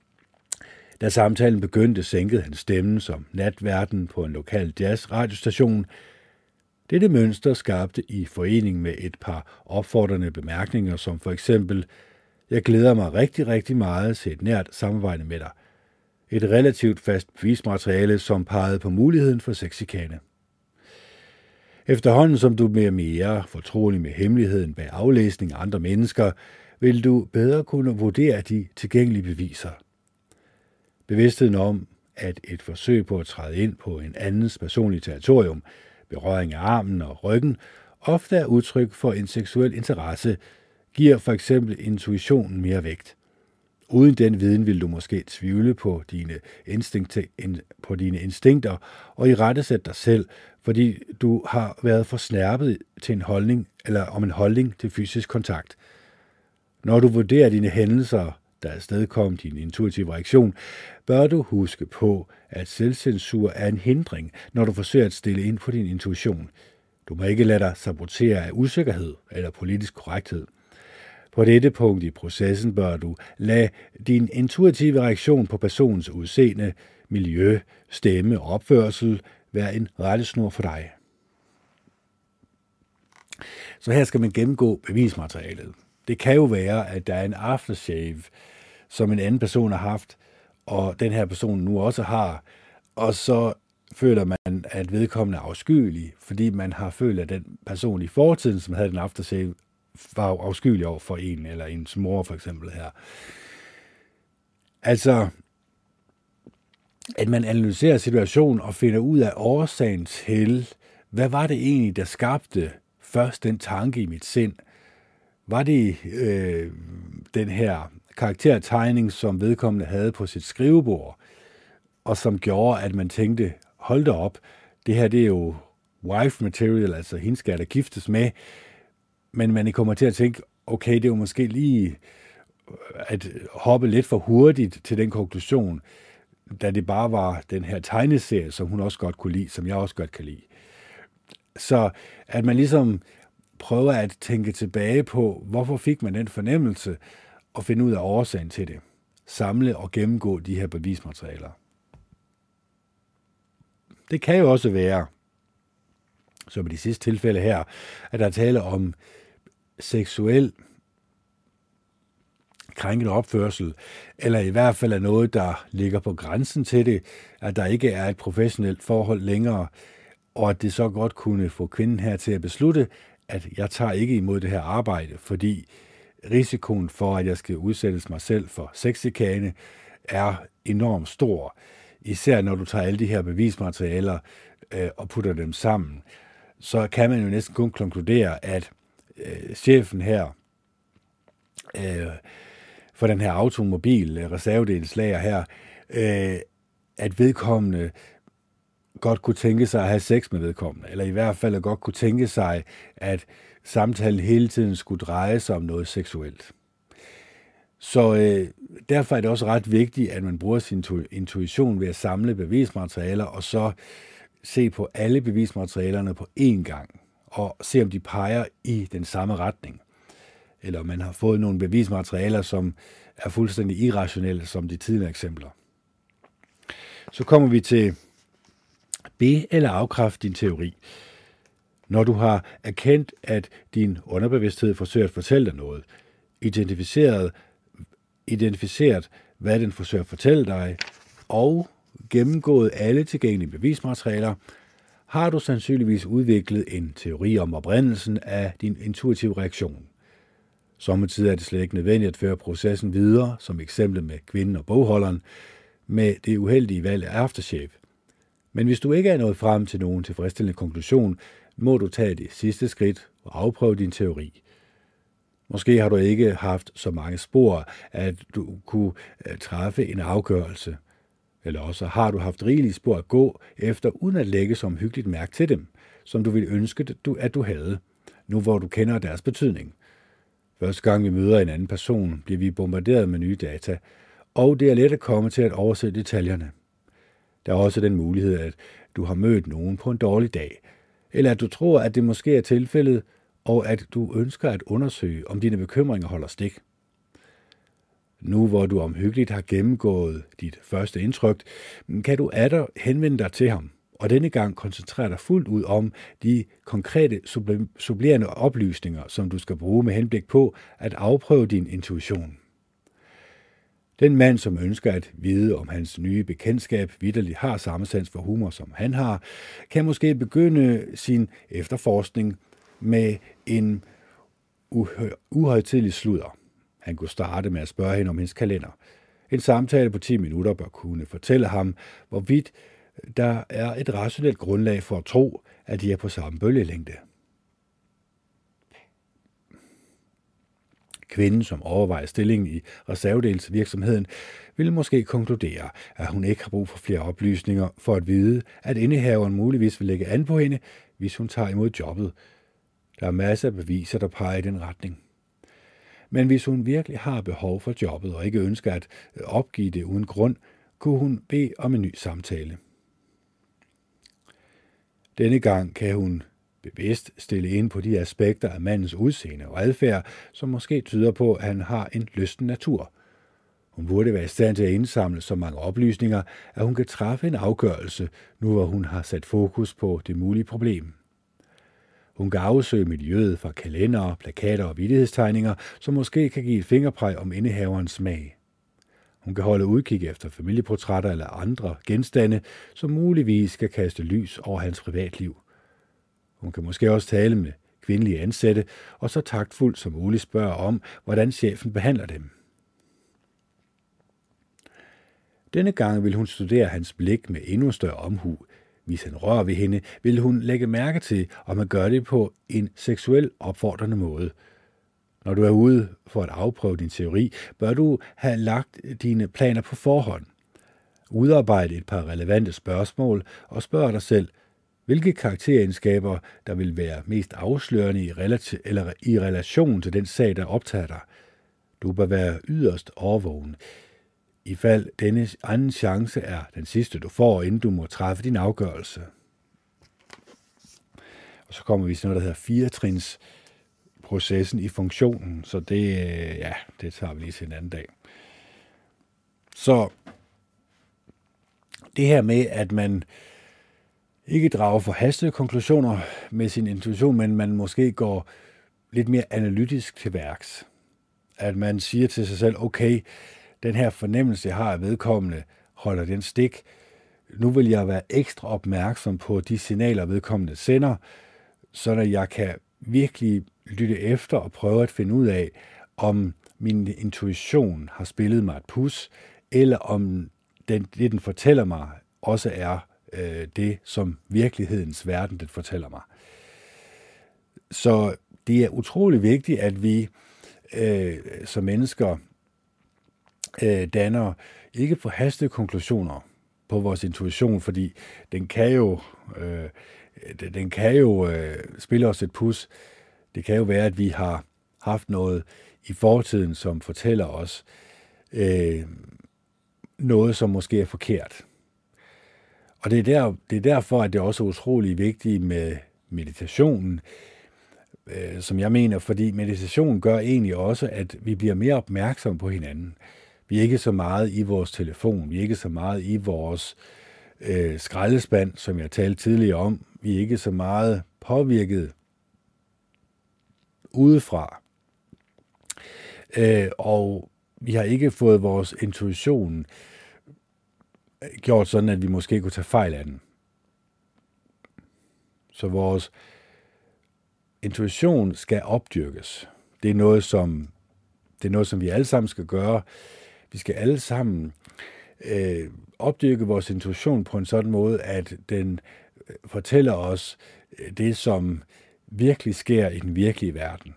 Da samtalen begyndte, sænkede han stemmen som natværten på en lokal jazz-radiostation. Dette mønster skabte i forening med et par opfordrende bemærkninger, som for eksempel: Jeg glæder mig rigtig, rigtig meget til et nært samarbejde med dig. Et relativt fast bevismateriale, som pegede på muligheden for sexchikane. Efterhånden som du bliver mere fortrolig med hemmeligheden bag aflæsning af andre mennesker, vil du bedre kunne vurdere de tilgængelige beviser. Bevidstheden om, at et forsøg på at træde ind på en andens personlige territorium, berøring af armen og ryggen, ofte er udtryk for en seksuel interesse, giver for eksempel intuitionen mere vægt. Uden den viden vil du måske tvivle på dine, instinkter, på dine instinkter og irettesætte dig selv, fordi du har været for snærpet til en holdning eller om en holdning til fysisk kontakt. Når du vurderer dine hændelser, der afstedkom din intuitive reaktion, bør du huske på, at selvcensur er en hindring, når du forsøger at stille ind på din intuition. Du må ikke lade dig sabotere af usikkerhed eller politisk korrekthed. På dette punkt i processen bør du lade din intuitive reaktion på personens udseende, miljø, stemme og opførsel være en rettesnor for dig. Så her skal man gennemgå bevismaterialet. Det kan jo være, at der er en aftershave, som en anden person har haft, og den her person nu også har, og så føler man, at vedkommende er afskyelig, fordi man har følt, at den person i fortiden, som havde den aftershave, var afskyelig over for en, eller ens mor for eksempel her. Altså, at man analyserer situationen og finder ud af årsagen til, hvad var det egentlig, der skabte først den tanke i mit sind? Var det øh, den her karaktertegning, som vedkommende havde på sit skrivebord, og som gjorde, at man tænkte, hold da op, det her det er jo wife material, altså hende skal der giftes med, men man kommer til at tænke, okay, det er jo måske lige at hoppe lidt for hurtigt til den konklusion, da det bare var den her tegneserie, som hun også godt kunne lide, som jeg også godt kan lide. Så at man ligesom prøver at tænke tilbage på, hvorfor fik man den fornemmelse, og finde ud af årsagen til det. Samle og gennemgå de her bevismaterialer. Det kan jo også være, som i de sidste tilfælde her, at der taler om seksuel krænkende opførsel, eller i hvert fald er noget, der ligger på grænsen til det, at der ikke er et professionelt forhold længere, og at det så godt kunne få kvinden her til at beslutte, at jeg tager ikke imod det her arbejde, fordi risikoen for, at jeg skal udsættes mig selv for sexchikane, er enormt stor. Især når du tager alle de her bevismaterialer øh, og putter dem sammen, så kan man jo næsten kun konkludere, at øh, chefen her øh, for den her automobil reservedelslager her, øh, at vedkommende godt kunne tænke sig at have sex med vedkommende, eller i hvert fald godt kunne tænke sig, at samtalen hele tiden skulle dreje sig om noget seksuelt. Så øh, derfor er det også ret vigtigt, at man bruger sin intuition ved at samle bevismaterialer, og så se på alle bevismaterialerne på én gang, og se om de peger i den samme retning. Eller om man har fået nogle bevismaterialer, som er fuldstændig irrationelle, som de tidligere eksempler. Så kommer vi til be- eller afkræft din teori. Når du har erkendt, at din underbevidsthed forsøger at fortælle dig noget, identificeret, identificeret hvad den forsøger at fortælle dig, og gennemgået alle tilgængelige bevismaterialer, har du sandsynligvis udviklet en teori om oprindelsen af din intuitive reaktion. Sommetider er det slet ikke nødvendigt at føre processen videre, som eksemplet med kvinden og bogholderen, med det uheldige valg af aftershave. Men hvis du ikke er nået frem til nogen tilfredsstillende konklusion, må du tage det sidste skridt og afprøve din teori. Måske har du ikke haft så mange spor, at du kunne træffe en afgørelse. Eller også har du haft rigelige spor at gå efter, uden at lægge som hyggeligt mærke til dem, som du ville ønske, at du havde, nu hvor du kender deres betydning. Første gang vi møder en anden person, bliver vi bombarderet med nye data, og det er let at komme til at overse detaljerne. Der er også den mulighed, at du har mødt nogen på en dårlig dag, eller at du tror, at det måske er tilfældet, og at du ønsker at undersøge, om dine bekymringer holder stik. Nu hvor du omhyggeligt har gennemgået dit første indtryk, kan du atter henvende dig til ham, og denne gang koncentrere dig fuldt ud om de konkrete supplerende oplysninger, som du skal bruge med henblik på at afprøve din intuition. Den mand, som ønsker at vide, om hans nye bekendtskab vitterligt har samme sans for humor, som han har, kan måske begynde sin efterforskning med en uhøjtidelig sludder. Han kunne starte med at spørge hende om hendes kalender. En samtale på ti minutter bør kunne fortælle ham, hvorvidt der er et rationelt grundlag for at tro, at de er på samme bølgelængde. Kvinden, som overvejer stillingen i reservedelsvirksomheden, vil måske konkludere, at hun ikke har brug for flere oplysninger for at vide, at indehaveren muligvis vil lægge an på hende, hvis hun tager imod jobbet. Der er masser af beviser, der peger i den retning. Men hvis hun virkelig har behov for jobbet og ikke ønsker at opgive det uden grund, kunne hun bede om en ny samtale. Denne gang kan hun bevidst stille ind på de aspekter af mandens udseende og adfærd, som måske tyder på, at han har en lysten natur. Hun burde være i stand til at indsamle så mange oplysninger, at hun kan træffe en afgørelse, nu hvor hun har sat fokus på det mulige problem. Hun kan afsøge miljøet fra kalendere, plakater og vittighedstegninger, som måske kan give et fingerpeg om indehaverens smag. Hun kan holde udkig efter familieportrætter eller andre genstande, som muligvis skal kaste lys over hans privatliv. Hun kan måske også tale med kvindelige ansatte, og så taktfuldt som muligt spørge om, hvordan chefen behandler dem. Denne gang vil hun studere hans blik med endnu større omhu. Hvis han rører ved hende, vil hun lægge mærke til, om han gør det på en seksuel opfordrende måde. Når du er ude for at afprøve din teori, bør du have lagt dine planer på forhånd. Udarbejde et par relevante spørgsmål og spørg dig selv, hvilke karakteregenskaber, der vil være mest afslørende i, relati- eller i relation til den sag, der optager dig. Du bør være yderst overvågen, i fald denne anden chance er den sidste, du får, inden du må træffe din afgørelse. Og så kommer vi til noget, der hedder firetrins processen i funktionen, så det, ja, det tager vi lige til en anden dag. Så det her med, at man ikke drager forhastede konklusioner med sin intuition, men man måske går lidt mere analytisk til værks. At man siger til sig selv, okay, den her fornemmelse, jeg har af vedkommende, holder den stik. Nu vil jeg være ekstra opmærksom på de signaler, vedkommende sender, så jeg kan virkelig lytte efter og prøve at finde ud af, om min intuition har spillet mig et pus, eller om den, det, den fortæller mig, også er øh, det, som virkelighedens verden, den fortæller mig. Så det er utrolig vigtigt, at vi øh, som mennesker øh, danner ikke forhastede konklusioner på vores intuition, fordi den kan jo, øh, den kan jo øh, spille os et pus. Det kan jo være, at vi har haft noget i fortiden, som fortæller os øh, noget, som måske er forkert. Og det er, der, det er derfor, at det også er utrolig vigtigt med meditationen, øh, som jeg mener, fordi meditation gør egentlig også, at vi bliver mere opmærksomme på hinanden. Vi er ikke så meget i vores telefon, vi er ikke så meget i vores øh, skraldespand, som jeg talte tidligere om. Vi er ikke så meget påvirket udefra. Øh, og vi har ikke fået vores intuition gjort sådan, at vi måske kunne tage fejl af den. Så vores intuition skal opdyrkes. Det er noget, som, det er noget, som vi alle sammen skal gøre. Vi skal alle sammen øh, opdyrke vores intuition på en sådan måde, at den fortæller os det, som virkelig sker i den virkelige verden.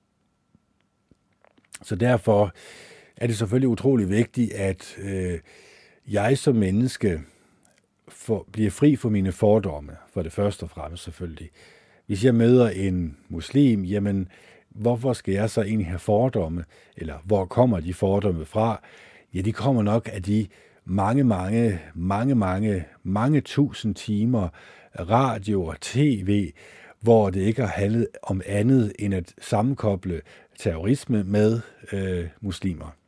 Så derfor er det selvfølgelig utrolig vigtigt, at øh, jeg som menneske for, bliver fri for mine fordomme, for det første og fremmest selvfølgelig. Hvis jeg møder en muslim, jamen hvorfor skal jeg så egentlig have fordomme? Eller hvor kommer de fordomme fra? Ja, de kommer nok af de mange, mange, mange, mange, mange tusind timer radio og tv, hvor det ikke har handlet om andet end at sammenkoble terrorisme med øh, muslimer.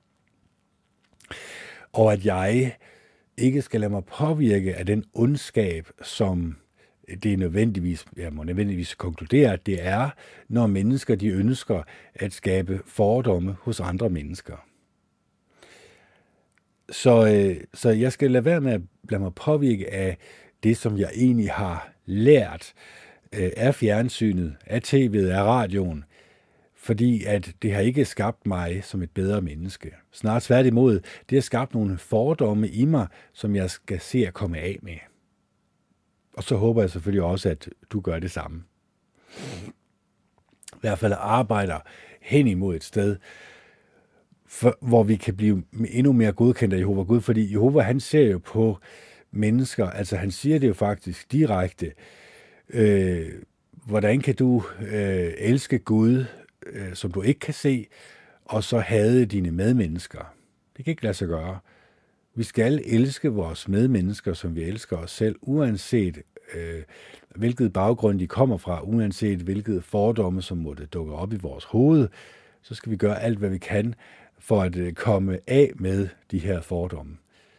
Og at jeg ikke skal lade mig påvirke af den ondskab, som det er nødvendigvis, jeg må nødvendigvis konkludere, at det er, når mennesker de ønsker at skabe fordomme hos andre mennesker. Så, øh, så jeg skal lade være med at lade mig påvirke af det, som jeg egentlig har lært øh, af fjernsynet, af tv'et, af radioen, fordi at det har ikke skabt mig som et bedre menneske. Snart tværtimod, det har skabt nogle fordomme i mig, som jeg skal se at komme af med. Og så håber jeg selvfølgelig også, at du gør det samme. I hvert fald arbejder hen imod et sted, for, hvor vi kan blive endnu mere godkendt af Jehova Gud, fordi Jehova, han ser jo på mennesker, altså han siger det jo faktisk direkte, øh, hvordan kan du øh, elske Gud, øh, som du ikke kan se, og så hade dine medmennesker. Det kan ikke lade sig gøre. Vi skal elske vores medmennesker, som vi elsker os selv, uanset øh, hvilket baggrund de kommer fra, uanset hvilket fordomme, som måtte dukke op i vores hoved, så skal vi gøre alt, hvad vi kan, for at øh, komme af med de her fordomme.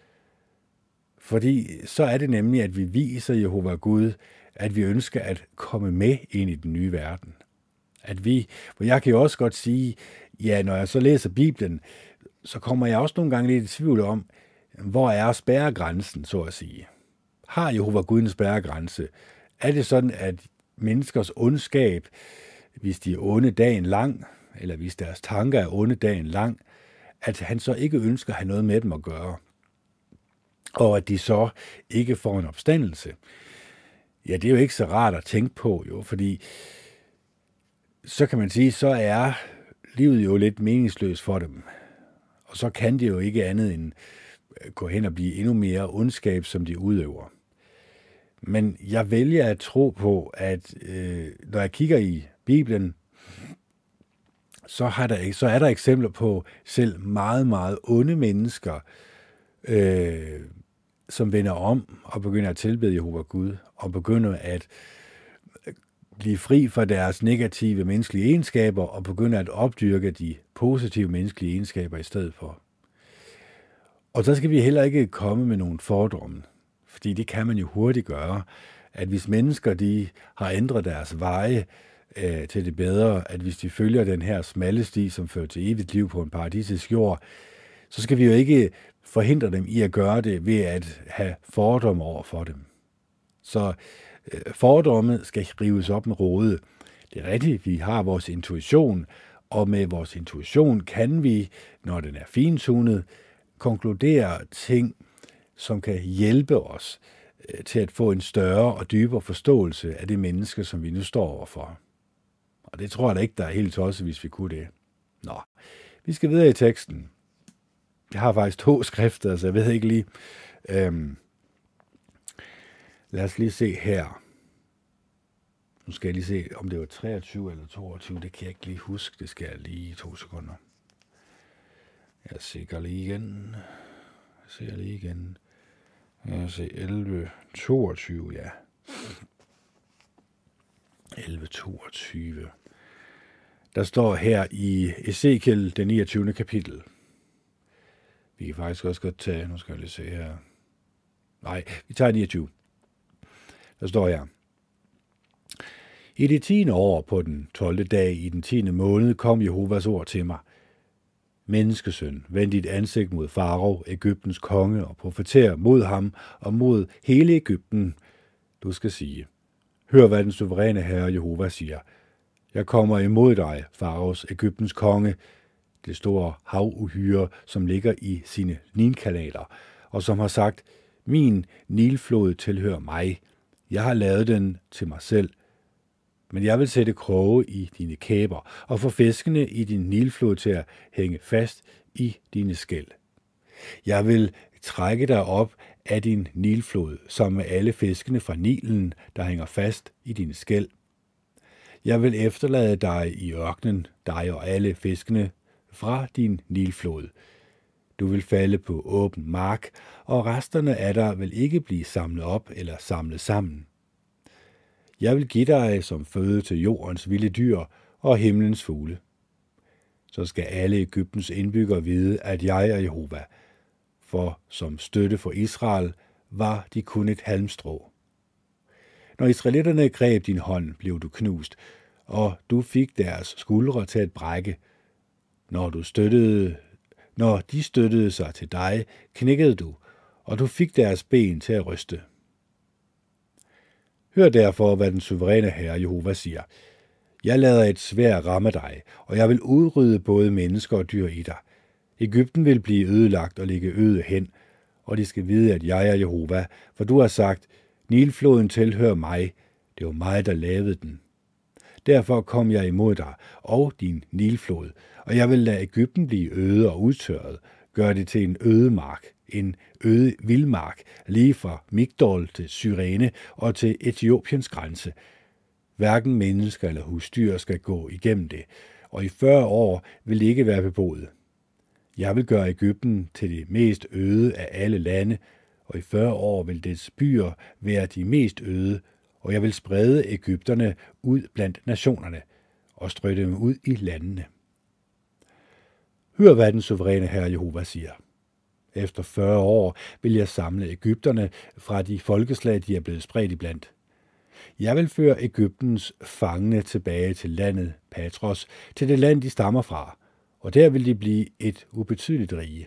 Fordi så er det nemlig, at vi viser Jehova Gud, at vi ønsker at komme med ind i den nye verden. At vi, for jeg kan jo også godt sige, ja, når jeg så læser Bibelen, så kommer jeg også nogle gange lidt i tvivl om, hvor er spærregrænsen, så at sige. Har Jehova Gud en spærregrænse? Er det sådan, at menneskers ondskab, hvis de er onde dagen lang, eller hvis deres tanker er onde dagen lang, at han så ikke ønsker at have noget med dem at gøre, og at de så ikke får en opstandelse? Ja, det er jo ikke så rart at tænke på, jo, fordi så kan man sige, så er livet jo lidt meningsløst for dem. Og så kan det jo ikke andet end gå hen og blive endnu mere ondskab, som de udøver. Men jeg vælger at tro på, at øh, når jeg kigger i Bibelen, så, har der, så er der eksempler på selv meget, meget onde mennesker, øh, som vender om og begynder at tilbede Jehova Gud, og begynder at blive fri fra deres negative menneskelige egenskaber, og begynder at opdyrke de positive menneskelige egenskaber i stedet for. Og så skal vi heller ikke komme med nogle fordomme, fordi det kan man jo hurtigt gøre, at hvis mennesker de har ændret deres veje øh, til det bedre, at hvis de følger den her smalle sti, som fører til evigt liv på en paradisisk jord, så skal vi jo ikke forhindre dem i at gøre det ved at have fordomme over for dem. Så øh, fordomme skal rives op med rode. Det er rigtigt, vi har vores intuition, og med vores intuition kan vi, når den er fintunet, konkludere ting, som kan hjælpe os øh, til at få en større og dybere forståelse af det menneske, som vi nu står overfor. Og det tror jeg da ikke, der er helt tosset, hvis vi kunne det. Nå, vi skal videre i teksten. Jeg har faktisk to skrifter, så jeg ved ikke lige. Øhm, lad os lige se her. Nu skal jeg lige se, om det var treogtyve eller toogtyve. Det kan jeg ikke lige huske. Det skal jeg lige i to sekunder. Jeg ser lige igen. Jeg ser lige igen. Jeg ser elleve toogtyve, ja. elleve toogtyve. Der står her i Ezekiel, det niogtyvende kapitel. Vi kan faktisk også godt tage, nu skal jeg lige se her. Nej, vi tager niogtyve. Der står her. I det tiende år på den tolvte dag i den tiende måned kom Jehovas ord til mig. Menneskesøn, vend dit ansigt mod Farao, Egyptens konge, og profeter mod ham og mod hele Egypten. Du skal sige, hør hvad den suveræne herre Jehova siger. Jeg kommer imod dig, Faraos, Egyptens konge, det store havuhyre, som ligger i sine Nilkanaler, og som har sagt, min Nilflod tilhører mig. Jeg har lavet den til mig selv. Men jeg vil sætte kroge i dine kæber, og få fiskene i din Nilflod til at hænge fast i dine skæl. Jeg vil trække dig op af din Nilflod, som med alle fiskene fra Nilen, der hænger fast i dine skæl. Jeg vil efterlade dig i ørkenen, dig og alle fiskene fra din Nilflod. Du vil falde på åben mark, og resterne af dig vil ikke blive samlet op eller samlet sammen. Jeg vil give dig som føde til jordens vilde dyr og himlens fugle. Så skal alle Egyptens indbyggere vide, at jeg er Jehova, for som støtte for Israel var de kun et halmstrå. Når israelitterne greb din hånd, blev du knust, og du fik deres skuldre til at brække. Når du støttede, når de støttede sig til dig, knækkede du, og du fik deres ben til at ryste. Hør derfor, hvad den suveræne herre Jehova siger. Jeg lader et sværd ramme dig, og jeg vil udrydde både mennesker og dyr i dig. Egypten vil blive ødelagt og ligge øde hen, og de skal vide, at jeg er Jehova, for du har sagt, Nilfloden tilhører mig, det var mig, der lavede den. Derfor kom jeg imod dig og din Nilflod, og jeg vil lade Egypten blive øde og udtørret, gøre det til en øde mark, en øde vildmark, lige fra Migdol til Cyrene og til Etiopiens grænse. Hverken mennesker eller husdyr skal gå igennem det, og i fyrre år vil det ikke være beboet. Jeg vil gøre Egypten til det mest øde af alle lande, og i fyrre år vil dets byer være de mest øde, og jeg vil sprede egypterne ud blandt nationerne og strø dem ud i landene. Hør, hvad den suveræne herre Jehova siger. Efter fyrre år vil jeg samle egypterne fra de folkeslag, de er blevet spredt iblandt. Jeg vil føre Egyptens fangne tilbage til landet Patros, til det land, de stammer fra, og der vil de blive et ubetydeligt rige.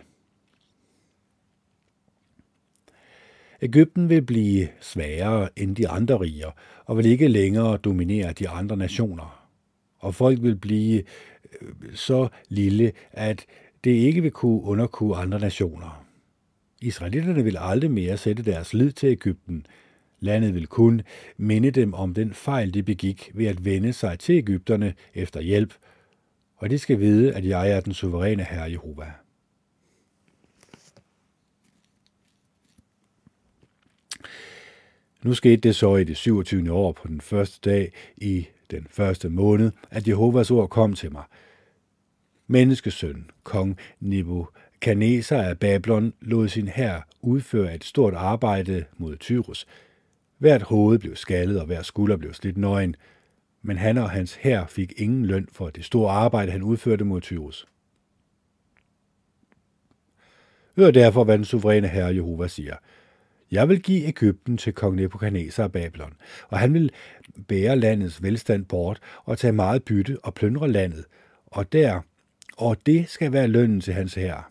Egypten vil blive svagere end de andre riger, og vil ikke længere dominere de andre nationer. Og folk vil blive så lille, at det ikke vil kunne underkue andre nationer. Israelitterne vil aldrig mere sætte deres lid til Egypten. Landet vil kun minde dem om den fejl, de begik ved at vende sig til egypterne efter hjælp, og de skal vide, at jeg er den suveræne Herre Jehova. Nu skete det så i det syvogtyvende år på den første dag i den første måned, at Jehovas ord kom til mig. Menneskesøn, kong Nebukadnesar af Babylon, lod sin hær udføre et stort arbejde mod Tyrus. Hvert hoved blev skaldet, og hver skulder blev slidt nøgen, men han og hans hær fik ingen løn for det store arbejde, han udførte mod Tyrus. Hør derfor, hvad den suveræne Herre Jehova siger. Jeg vil give Egypten til kong Nebukadnesar af Babylon, og han vil bære landets velstand bort og tage meget bytte og plyndre landet, og der, og det skal være lønnen til hans hær.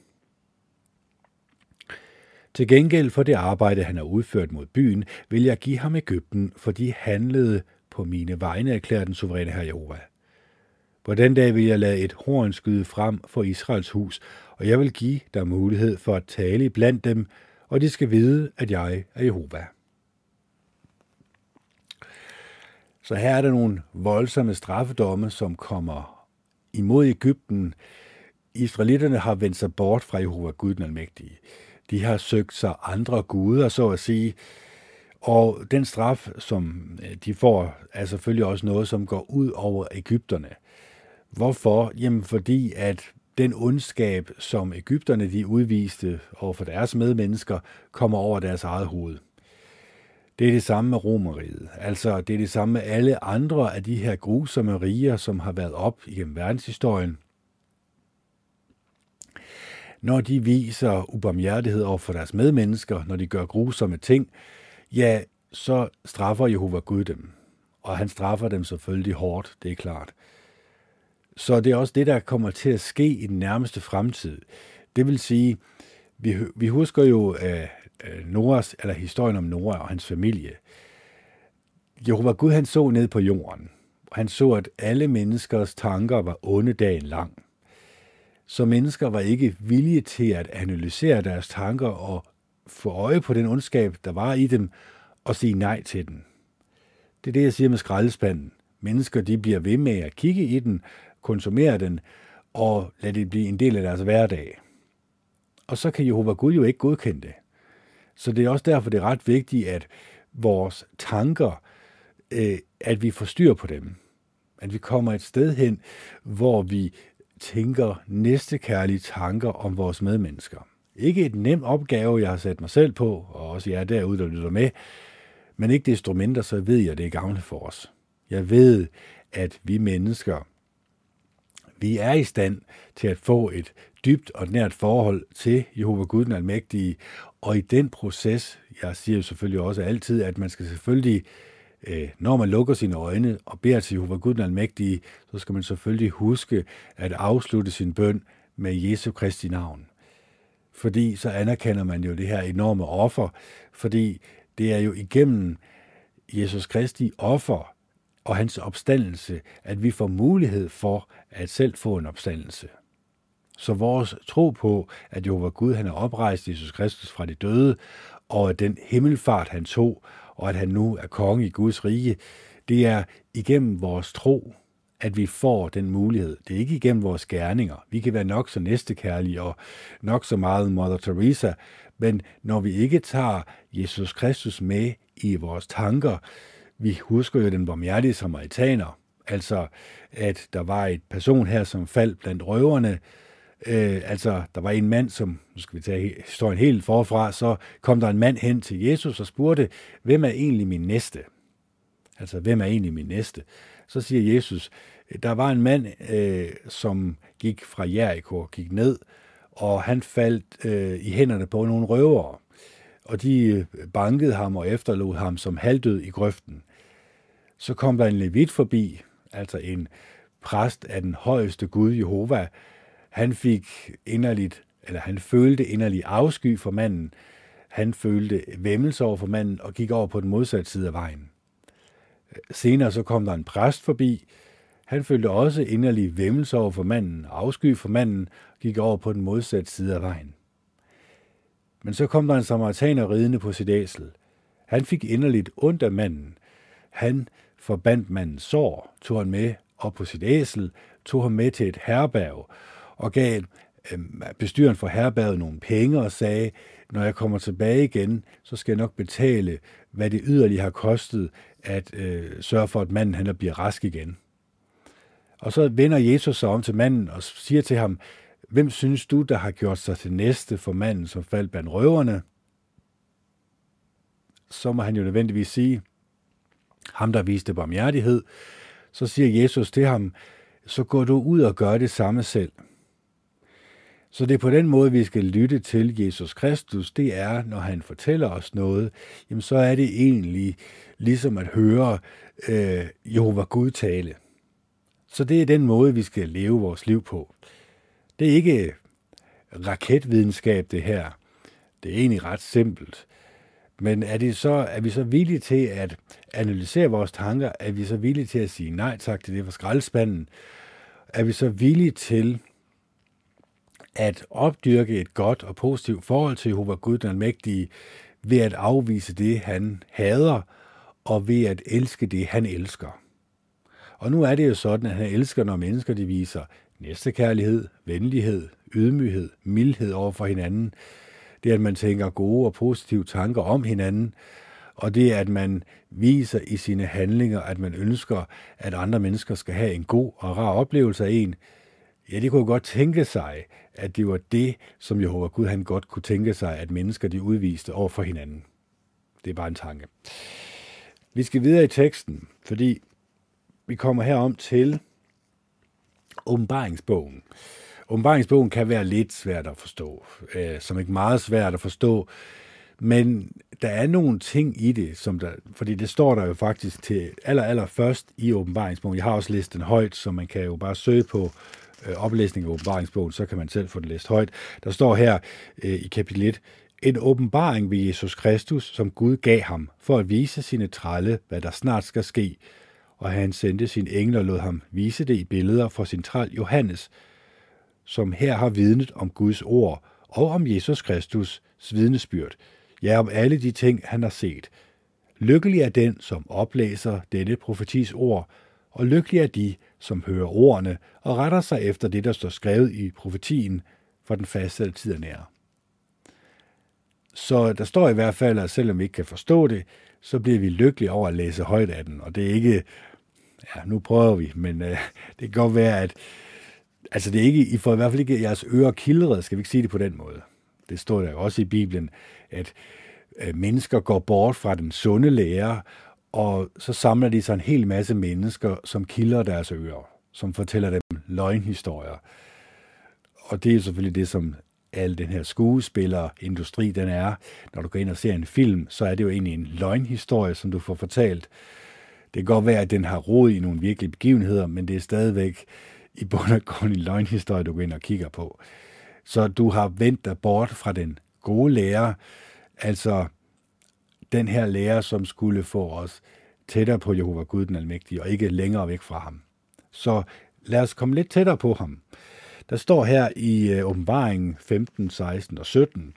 Til gengæld for det arbejde, han har udført mod byen, vil jeg give ham Egypten, for de handlede på mine vegne, erklærer den suveræne Herre Jehova. På den dag vil jeg lade et horn skyde frem for Israels hus, og jeg vil give dig mulighed for at tale blandt dem, og de skal vide, at jeg er Jehova. Så her er der nogle voldsomme straffedomme, som kommer imod Egypten. Israelitterne har vendt sig bort fra Jehova Gud den Almægtige. De har søgt sig andre guder, så at sige, og den straf, som de får, er selvfølgelig også noget, som går ud over egypterne. Hvorfor? Jamen fordi, at den ondskab, som egypterne de udviste over for deres medmennesker, kommer over deres eget hoved. Det er det samme med Romerriget. Altså, det er det samme med alle andre af de her grusomme riger, som har været op igennem verdenshistorien. Når de viser ubarmhjertighed over for deres medmennesker, når de gør grusomme ting, ja, så straffer Jehova Gud dem. Og han straffer dem selvfølgelig hårdt, det er klart. Så det er også det, der kommer til at ske i den nærmeste fremtid. Det vil sige, vi, vi husker jo uh, Noahs, eller historien om Noah og hans familie. Jehova Gud, han så ned på jorden, og han så, at alle menneskers tanker var onde dagen lang. Så mennesker var ikke villige til at analysere deres tanker og få øje på den ondskab, der var i dem, og sige nej til den. Det er det, jeg siger med skraldespanden. Mennesker, de bliver ved med at kigge i den, konsumere den, og lade det blive en del af deres hverdag. Og så kan Jehova Gud jo ikke godkende det. Så det er også derfor, det er ret vigtigt, at vores tanker, øh, at vi får styr på dem. At vi kommer et sted hen, hvor vi tænker næstekærlige tanker om vores medmennesker. Ikke et nem opgave, jeg har sat mig selv på, og også jer derude, der lytter med, men ikke desto mindre, så ved jeg, at det er gavnligt for os. Jeg ved, at vi mennesker, vi er i stand til at få et dybt og nært forhold til Jehova Gud den Almægtige, og i den proces, jeg siger jo selvfølgelig også altid, at man skal selvfølgelig, når man lukker sine øjne og beder til Jehova Gud den Almægtige, så skal man selvfølgelig huske at afslutte sin bøn med Jesu Kristi navn. Fordi så anerkender man jo det her enorme offer, fordi det er jo igennem Jesus Kristi offer og hans opstandelse, at vi får mulighed for at selv få en opstandelse. Så vores tro på, at Jehova Gud han er oprejst Jesus Kristus fra de døde, og at den himmelfart han tog, og at han nu er konge i Guds rige, det er igennem vores tro, at vi får den mulighed. Det er ikke igennem vores gerninger. Vi kan være nok så næstekærlige og nok så meget Mother Teresa, men når vi ikke tager Jesus Kristus med i vores tanker, vi husker jo den barmhjertige samaritaner, altså at der var et person her, som faldt blandt røverne, øh, altså der var en mand, som, nu skal vi tage historien helt forfra, så kom der en mand hen til Jesus og spurgte, hvem er egentlig min næste? Altså, hvem er egentlig min næste? Så siger Jesus, der var en mand, øh, som gik fra Jericho, gik ned, og han faldt øh, i hænderne på nogle røvere, og de bankede ham og efterlod ham som halvdød i grøften. Så kom der en levit forbi, altså en præst af den højeste Gud, Jehova, Han fik inderligt, eller han følte inderlig afsky for manden. Han følte væmmelse over for manden og gik over på den modsatte side af vejen. Senere så kom der en præst forbi. Han følte også inderlig væmmelse over for manden, afsky for manden, og gik over på den modsatte side af vejen. Men så kom der en samaritaner ridende på sit æsel. Han fik inderligt ondt af manden. Han forbandt mandens sår, tog han med op på sit æsel, tog ham med til et herberg og gav bestyreren for herberget nogle penge og sagde, når jeg kommer tilbage igen, så skal jeg nok betale, hvad det yderligere har kostet at øh, sørge for, at manden han bliver rask igen. Og så vender Jesus sig om til manden og siger til ham, hvem synes du, der har gjort sig til næste for manden, som faldt blandt røverne? Så må han jo nødvendigvis sige, ham der viste barmhjertighed. Så siger Jesus til ham, så går du ud og gør det samme selv. Så det er på den måde, vi skal lytte til Jesus Kristus. Det er, når han fortæller os noget, jamen så er det egentlig ligesom at høre øh, Jehova Gud tale. Så det er den måde, vi skal leve vores liv på. Det er ikke raketvidenskab, det her. Det er egentlig ret simpelt. Men er, det så, er vi så villige til at analysere vores tanker? Er vi så villige til at sige nej tak til det for skraldespanden? Er vi så villige til at opdyrke et godt og positivt forhold til Jehova Gud den Almægtige ved at afvise det, han hader, og ved at elske det, han elsker? Og nu er det jo sådan, at han elsker, når mennesker de viser næstekærlighed, venlighed, ydmyghed, mildhed over for hinanden. Det er, at man tænker gode og positive tanker om hinanden, og det er, at man viser i sine handlinger, at man ønsker, at andre mennesker skal have en god og rar oplevelse af en. Ja, det kunne jo godt tænke sig, at det var det, som Jehova Gud han godt kunne tænke sig, at mennesker de udviste over for hinanden. Det er bare en tanke. Vi skal videre i teksten, fordi vi kommer herom til åbenbaringsbogen. Åbenbaringsbogen kan være lidt svært at forstå, øh, som ikke meget svært at forstå, men der er nogle ting i det, som der, fordi det står der jo faktisk til aller, aller først i åbenbaringsbogen. Jeg har også læst den højt, så man kan jo bare søge på øh, oplæsning af åbenbaringsbogen, så kan man selv få den læst højt. Der står her øh, i kapitel et, en åbenbaring ved Jesus Kristus, som Gud gav ham, for at vise sine trælle, hvad der snart skal ske. Og han sendte sin engel og lod ham vise det i billeder for sin træl Johannes, som her har vidnet om Guds ord og om Jesus Kristus vidnesbyrd, ja, om alle de ting, han har set. Lykkelig er den, som oplæser dette profetis ord, og lykkelig er de, som hører ordene og retter sig efter det, der står skrevet i profetien, for den fastsatte tid er nær. Så der står i hvert fald, at selvom vi ikke kan forstå det, så bliver vi lykkelige over at læse højt af den. Og det er ikke, ja, nu prøver vi, men øh, det kan godt være, at altså det er ikke, I får i hvert fald ikke jeres ører kildret, skal vi ikke sige det på den måde. Det står der jo også i Bibelen, at øh, mennesker går bort fra den sunde lære, og så samler de sig en hel masse mennesker, som kildrer deres ører, som fortæller dem løgnhistorier. Og det er selvfølgelig det, som al den her skuespillerindustri, den er. Når du går ind og ser en film, så er det jo egentlig en løgnhistorie, som du får fortalt. Det kan godt være, at den har rod i nogle virkelige begivenheder, men det er stadigvæk i bund og grund en løgnhistorie, du går ind og kigger på. Så du har vendt dig bort fra den gode lærer, altså den her lærer, som skulle få os tættere på Jehova Gud den Almægtige, og ikke længere væk fra ham. Så lad os komme lidt tættere på ham. Der står her i åbenbaringen femten, seksten og sytten.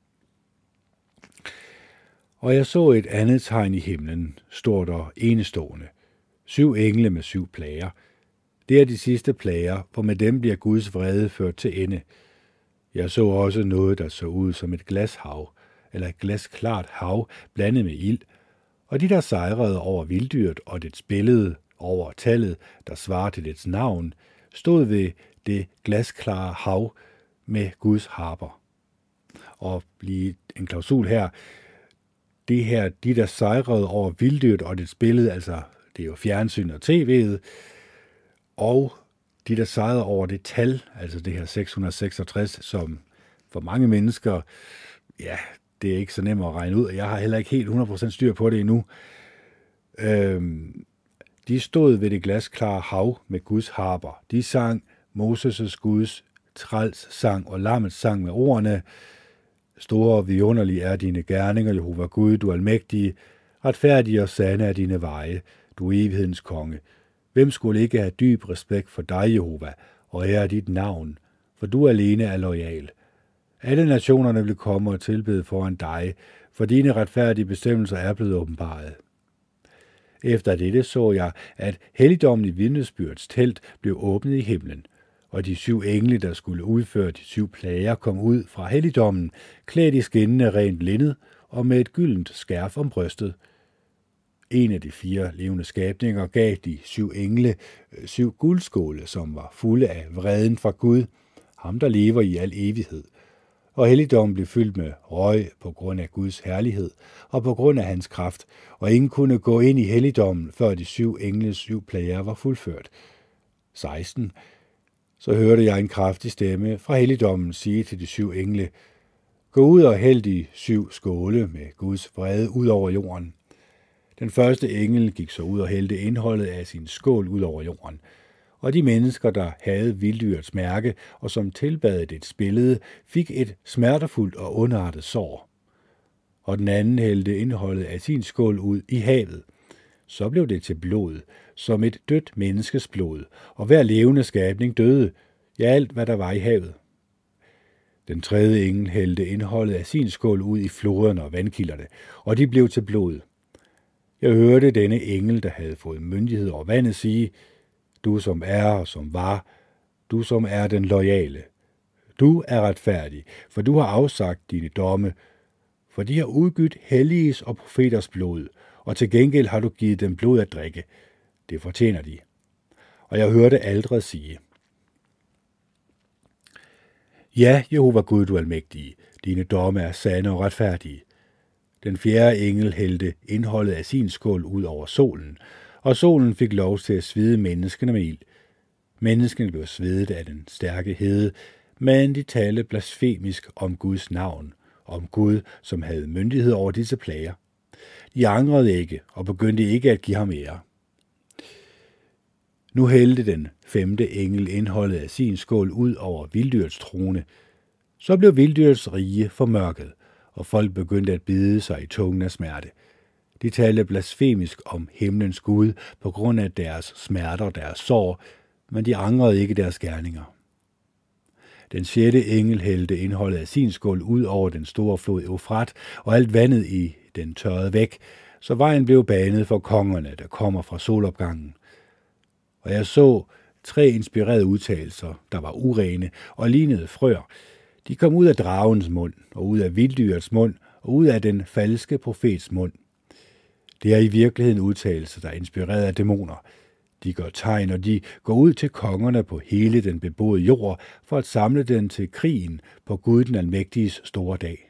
Og jeg så et andet tegn i himlen, stort og enestående. Syv engle med syv plager. Det er de sidste plager, for med dem bliver Guds vrede ført til ende. Jeg så også noget, der så ud som et glashav, eller et glasklart hav, blandet med ild. Og de, der sejrede over vilddyret og dets billede over tallet, der svarer til dets navn, stod ved det glasklare hav med Guds harper. Og lige en klausul her. Det her, de der sejrede over vilddyret og dets billede, altså det er jo fjernsyn og tv'et, og de der sejrede over det tal, altså det her seks hundrede seksogtres, som for mange mennesker, ja, det er ikke så nemt at regne ud, og jeg har heller ikke helt hundrede procent styr på det endnu. Øhm, de stod ved det glasklare hav med Guds harper. De sang Moses' Guds træls sang og lammets sang med ordene: Store og vidunderlige er dine gerninger, Jehova Gud, du almægtige. Retfærdige og sande er dine veje, du evighedens konge. Hvem skulle ikke have dyb respekt for dig, Jehova, og ære dit navn, for du alene er loyal. Alle nationerne vil komme og tilbede foran dig, for dine retfærdige bestemmelser er blevet åbenbaret. Efter dette så jeg, at helligdommen i vidnesbyrds telt blev åbnet i himlen, og de syv engle, der skulle udføre de syv plager, kom ud fra helligdommen, klædt i skinnende rent linned og med et gyldent skærf om brystet. En af de fire levende skabninger gav de syv engle syv guldskåle, som var fulde af vreden fra Gud, ham der lever i al evighed. Og helligdommen blev fyldt med røg på grund af Guds herlighed og på grund af hans kraft, og ingen kunne gå ind i helligdommen, før de syv engles syv plager var fuldført. seksten. Så hørte jeg en kraftig stemme fra helligdommen sige til de syv engle: Gå ud og hæld de syv skåle med Guds vrede ud over jorden. Den første engel gik så ud og hældte indholdet af sin skål ud over jorden. Og de mennesker, der havde vilddyrets mærke og som tilbad dets billede, fik et smertefuldt og ondartet sår. Og den anden hældte indholdet af sin skål ud i havet. Så blev det til blod, som et dødt menneskes blod, og hver levende skabning døde, ja alt hvad der var i havet. Den tredje engel hældte indholdet af sin skål ud i floderne og vandkilderne, og de blev til blod. Jeg hørte denne engel, der havde fået myndighed over vandet, sige: Du som er og som var, du som er den loyale. Du er retfærdig, for du har afsagt dine domme, for de har udgydt helliges og profeters blod, og til gengæld har du givet dem blod at drikke. Det fortjener de. Og jeg hørte alteret sige: Ja, Jehova Gud, du almægtige, dine domme er sande og retfærdige. Den fjerde engel hældte indholdet af sin skål ud over solen, og solen fik lov til at svede menneskene med ild. Menneskene blev svedet af den stærke hede, men de talte blasfemisk om Guds navn, om Gud, som havde myndighed over disse plager. De angrede ikke og begyndte ikke at give ham ære. Nu hældte den femte engel indholdet af sin skål ud over vilddyrets trone. Så blev vilddyrets rige formørket, og folk begyndte at bide sig i tungen af smerte. De talte blasfemisk om himlens Gud på grund af deres smerter og deres sår, men de angrede ikke deres gerninger. Den sjette engel hældte indholdet af sin skål ud over den store flod Eufrat, og alt vandet i den tørrede væk, så vejen blev banet for kongerne, der kommer fra solopgangen. Og jeg så tre inspirerede udtalelser, der var urene og lignede frøer. De kom ud af dragens mund, og ud af vilddyrets mund, og ud af den falske profets mund. Det er i virkeligheden udtalelser, der er inspireret af dæmoner. De gør tegn, og de går ud til kongerne på hele den beboede jord, for at samle den til krigen på Gud den almægtiges store dag.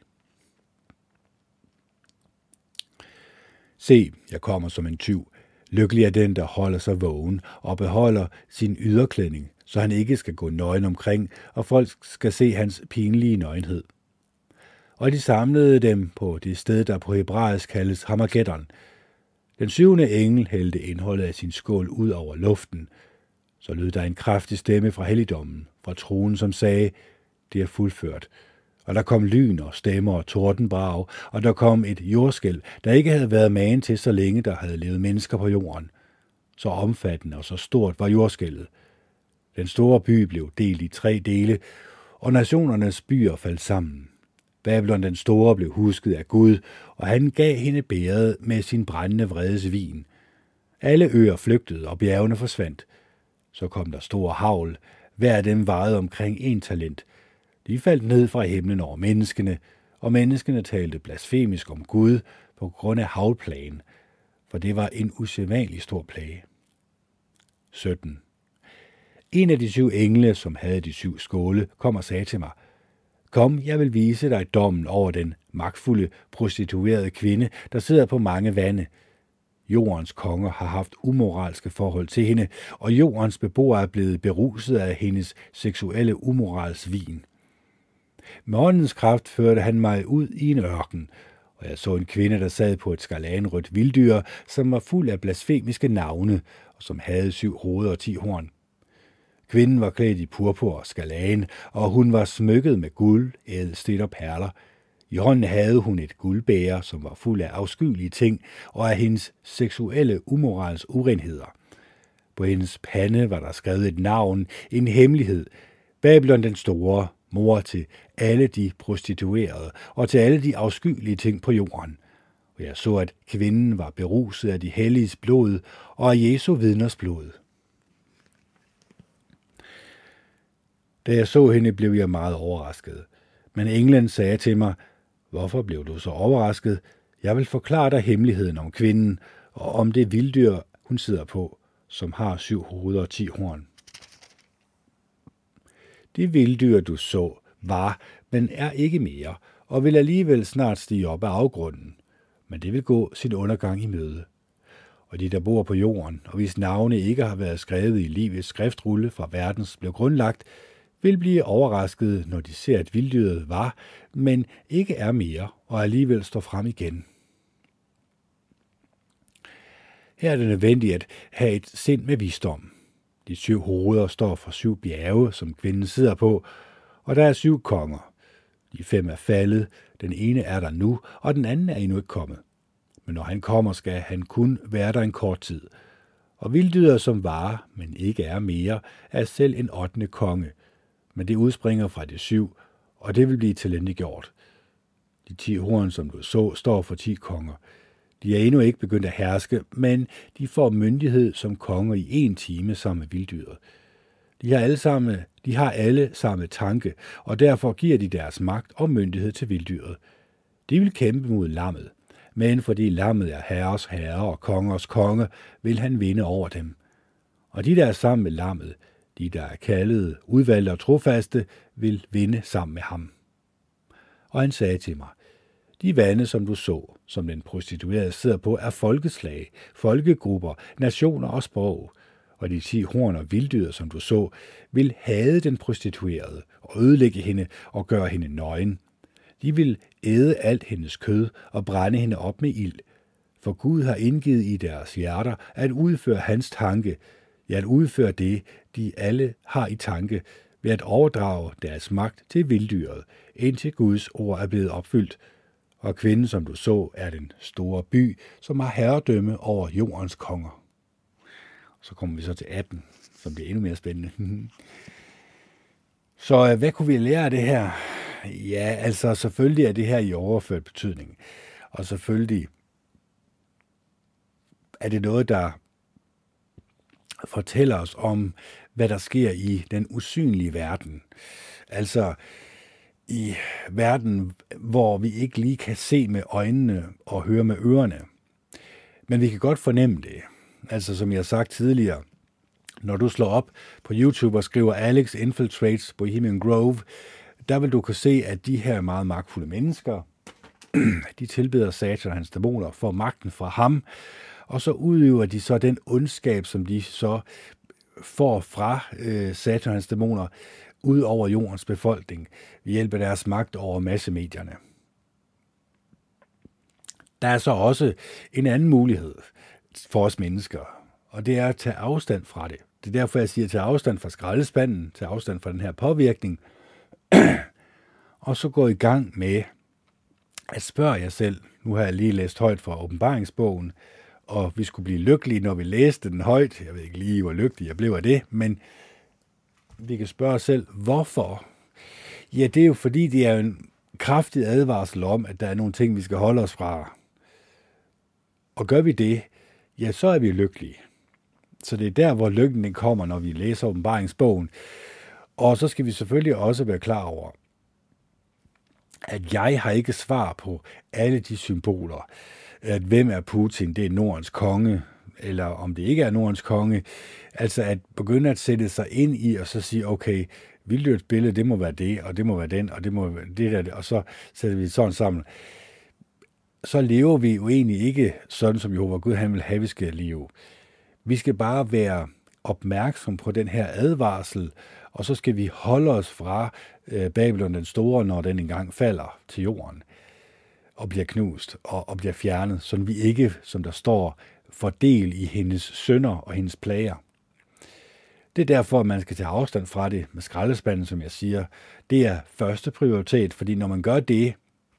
Se, jeg kommer som en tyv. Lykkelig er den, der holder sig vågen og beholder sin yderklædning, så han ikke skal gå nøgen omkring, og folk skal se hans pinlige nøgenhed. Og de samlede dem på det sted, der på hebraisk kaldes Hamageddon. Den syvende engel hældte indholdet af sin skål ud over luften. Så lød der en kraftig stemme fra helligdommen, fra tronen, som sagde: Det er fuldført. Og der kom lyn og stemmer og tordenbrag, og der kom et jordskælv, der ikke havde været magen til så længe, der havde levet mennesker på jorden. Så omfattende og så stort var jordskælvet. Den store by blev delt i tre dele, og nationernes byer faldt sammen. Babylon den store blev husket af Gud, og han gav hende bæret med sin brændende vredes vin. Alle øer flygtede, og bjergene forsvandt. Så kom der store hagl, hver af dem vejede omkring en talent. De faldt ned fra himlen over menneskene, og menneskene talte blasfemisk om Gud på grund af haglplagen, for det var en usædvanlig stor plage. sytten. En af de syv engle, som havde de syv skåle, kom og sagde til mig: Kom, jeg vil vise dig dommen over den magtfulde, prostituerede kvinde, der sidder på mange vande. Jordens konger har haft umoralske forhold til hende, og jordens beboere er blevet beruset af hendes seksuelle umoralsvin. Med åndens kraft førte han mig ud i en ørken, og jeg så en kvinde, der sad på et skarlagenrødt vilddyr, som var fuld af blasfemiske navne, og som havde syv hoveder og ti horn. Kvinden var klædt i purpur og skarlagen, og hun var smykket med guld, ædelsten og perler. I hånden havde hun et guldbæger, som var fuld af afskyelige ting og af hendes seksuelle umorals urenheder. På hendes pande var der skrevet et navn, en hemmelighed. Babylon den store, mor til alle de prostituerede og til alle de afskyelige ting på jorden. Og jeg så, at kvinden var beruset af de helliges blod og af Jesu vidners blod. Da jeg så hende, blev jeg meget overrasket. Men englen sagde til mig, hvorfor blev du så overrasket? Jeg vil forklare dig hemmeligheden om kvinden og om det vilddyr, hun sidder på, som har syv hoveder og ti horn. De vilddyr, du så, var, men er ikke mere, og vil alligevel snart stige op af afgrunden. Men det vil gå sin undergang i møde. Og de, der bor på jorden, og hvis navne ikke har været skrevet i livets skriftrulle fra verdens blev grundlagt, vil blive overrasket, når de ser, at vilddyret var, men ikke er mere, og alligevel står frem igen. Her er det nødvendigt at have et sind med visdom. De syv hoveder står for syv bjerge, som kvinden sidder på, og der er syv konger. De fem er faldet, den ene er der nu, og den anden er endnu ikke kommet. Men når han kommer, skal han kun være der en kort tid. Og vilddyret, som var, men ikke er mere, er selv en ottende konge. Men det udspringer fra de syv, og det vil blive tilintetgjort. De ti horn, som du så, står for ti konger. De er endnu ikke begyndt at herske, men de får myndighed som konger i en time sammen med vilddyret. De har alle sammen, de har alle samme tanke, og derfor giver de deres magt og myndighed til vilddyret. De vil kæmpe mod lammet, men fordi lammet er herres herre og kongers konge, vil han vinde over dem. Og de, der er sammen med lammet, de, der er kaldede, udvalgte og trofaste, vil vinde sammen med ham. Og han sagde til mig, de vande, som du så, som den prostituerede sidder på, er folkeslag, folkegrupper, nationer og sprog. Og de ti horn og vilddyr, som du så, vil hade den prostituerede og ødelægge hende og gøre hende nøgen. De vil æde alt hendes kød og brænde hende op med ild. For Gud har indgivet i deres hjerter at udføre hans tanke, ja, at udføre det, de alle har i tanke, ved at overdrage deres magt til vilddyret, indtil Guds ord er blevet opfyldt. Og kvinden, som du så, er den store by, som har herredømme over jordens konger. Så kommer vi så til atten, som bliver endnu mere spændende. Så hvad kunne vi lære af det her? Ja, altså selvfølgelig er det her i overført betydning. Og selvfølgelig er det noget, der fortæller os om, hvad der sker i den usynlige verden. Altså i verden, hvor vi ikke lige kan se med øjnene og høre med ørerne. Men vi kan godt fornemme det. Altså som jeg har sagt tidligere, når du slår op på YouTube og skriver Alex Infiltrates Bohemian Grove, der vil du kunne se, at de her meget magtfulde mennesker, de tilbeder Satan og hans dæmoner for magten fra ham, og så udøver de så den ondskab, som de så får fra øh, Satan og hans dæmoner, ud over jordens befolkning ved hjælp af deres magt over massemedierne. Der er så også en anden mulighed for os mennesker, og det er at tage afstand fra det. Det er derfor, jeg siger, tage afstand fra skraldespanden, tage afstand fra den her påvirkning, og så gå i gang med at spørge jer selv. Nu har jeg lige læst højt fra åbenbaringsbogen, og vi skulle blive lykkelige, når vi læste den højt. Jeg ved ikke lige, hvor lykkelig jeg blev af det, men vi kan spørge os selv, hvorfor? Ja, det er jo fordi, det er en kraftig advarsel om, at der er nogle ting, vi skal holde os fra. Og gør vi det, ja, så er vi lykkelige. Så det er der, hvor lykken den kommer, når vi læser åbenbaringsbogen. Og så skal vi selvfølgelig også være klar over, at jeg har ikke svar på alle de symboler. At hvem er Putin? Det er Nordens konge, eller om det ikke er Nordens konge. Altså at begynde at sætte sig ind i, og så sige, okay, vilddyrets billede, det må være det, og det må være den, og det må være det der, og så sætter vi sådan sammen. Så lever vi jo egentlig ikke sådan, som Jehova Gud han vil have, vi skal leve. Vi skal bare være opmærksom på den her advarsel, og så skal vi holde os fra øh, Babylon den store, når den engang falder til jorden og bliver knust og, og bliver fjernet, så vi ikke, som der står, får del i hendes synder og hendes plager. Det er derfor, at man skal tage afstand fra det med skraldespanden, som jeg siger. Det er første prioritet, fordi når man gør det,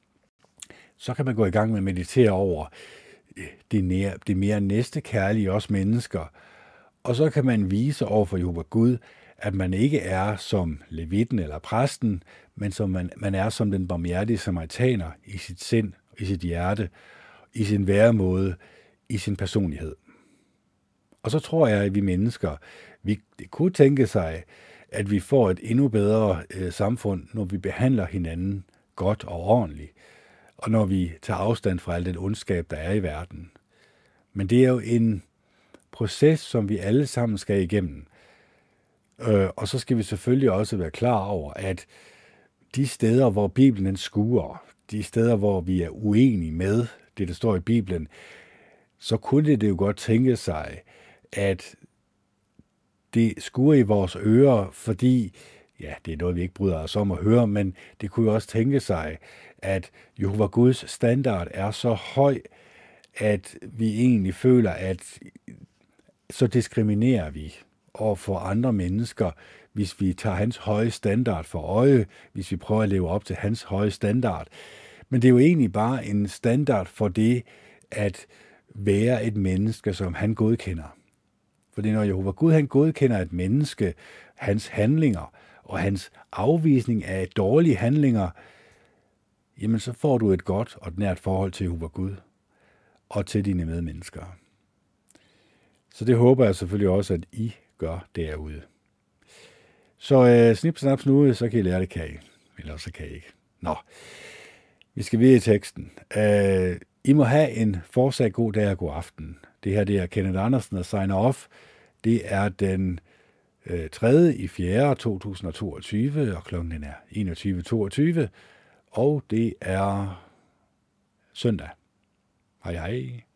så kan man gå i gang med at meditere over det, nære, det mere næstekærlige os mennesker. Og så kan man vise over for Jehova Gud, at man ikke er som levitten eller præsten, men som man, man er som den barmhjertige samaritaner i sit sind, i sit hjerte, i sin væremåde, i sin personlighed. Og så tror jeg, at vi mennesker, vi, det kunne tænke sig, at vi får et endnu bedre øh, samfund, når vi behandler hinanden godt og ordentligt, og når vi tager afstand fra al den ondskab, der er i verden. Men det er jo en proces, som vi alle sammen skal igennem. Øh, og så skal vi selvfølgelig også være klar over, at de steder, hvor Bibelen den skuer, de steder, hvor vi er uenige med det, der står i Bibelen, så kunne det jo godt tænke sig, at det skuer i vores ører, fordi, ja, det er noget, vi ikke bryder os om at høre, men det kunne jo også tænke sig, at Jehova Guds standard er så høj, at vi egentlig føler, at så diskriminerer vi over for andre mennesker, hvis vi tager hans høje standard for øje, hvis vi prøver at leve op til hans høje standard. Men det er jo egentlig bare en standard for det, at være et menneske, som han godkender. Fordi når Jehova Gud han godkender et menneske, hans handlinger og hans afvisning af dårlige handlinger, jamen så får du et godt og et nært forhold til Jehova Gud og til dine medmennesker. Så det håber jeg selvfølgelig også, at I gør derude. Så øh, snip, snap, snude, så kan I lære det, kan I. Eller så kan I ikke. Nå, vi skal videre i teksten. Øh, I må have en fortsat god dag og god aften. Det her det er Kenneth Andersen, der signer off. Det er den øh, tredje i fjerde to tusind og toogtyve, og klokken er enogtyve toogtyve, og det er søndag. Hej hej.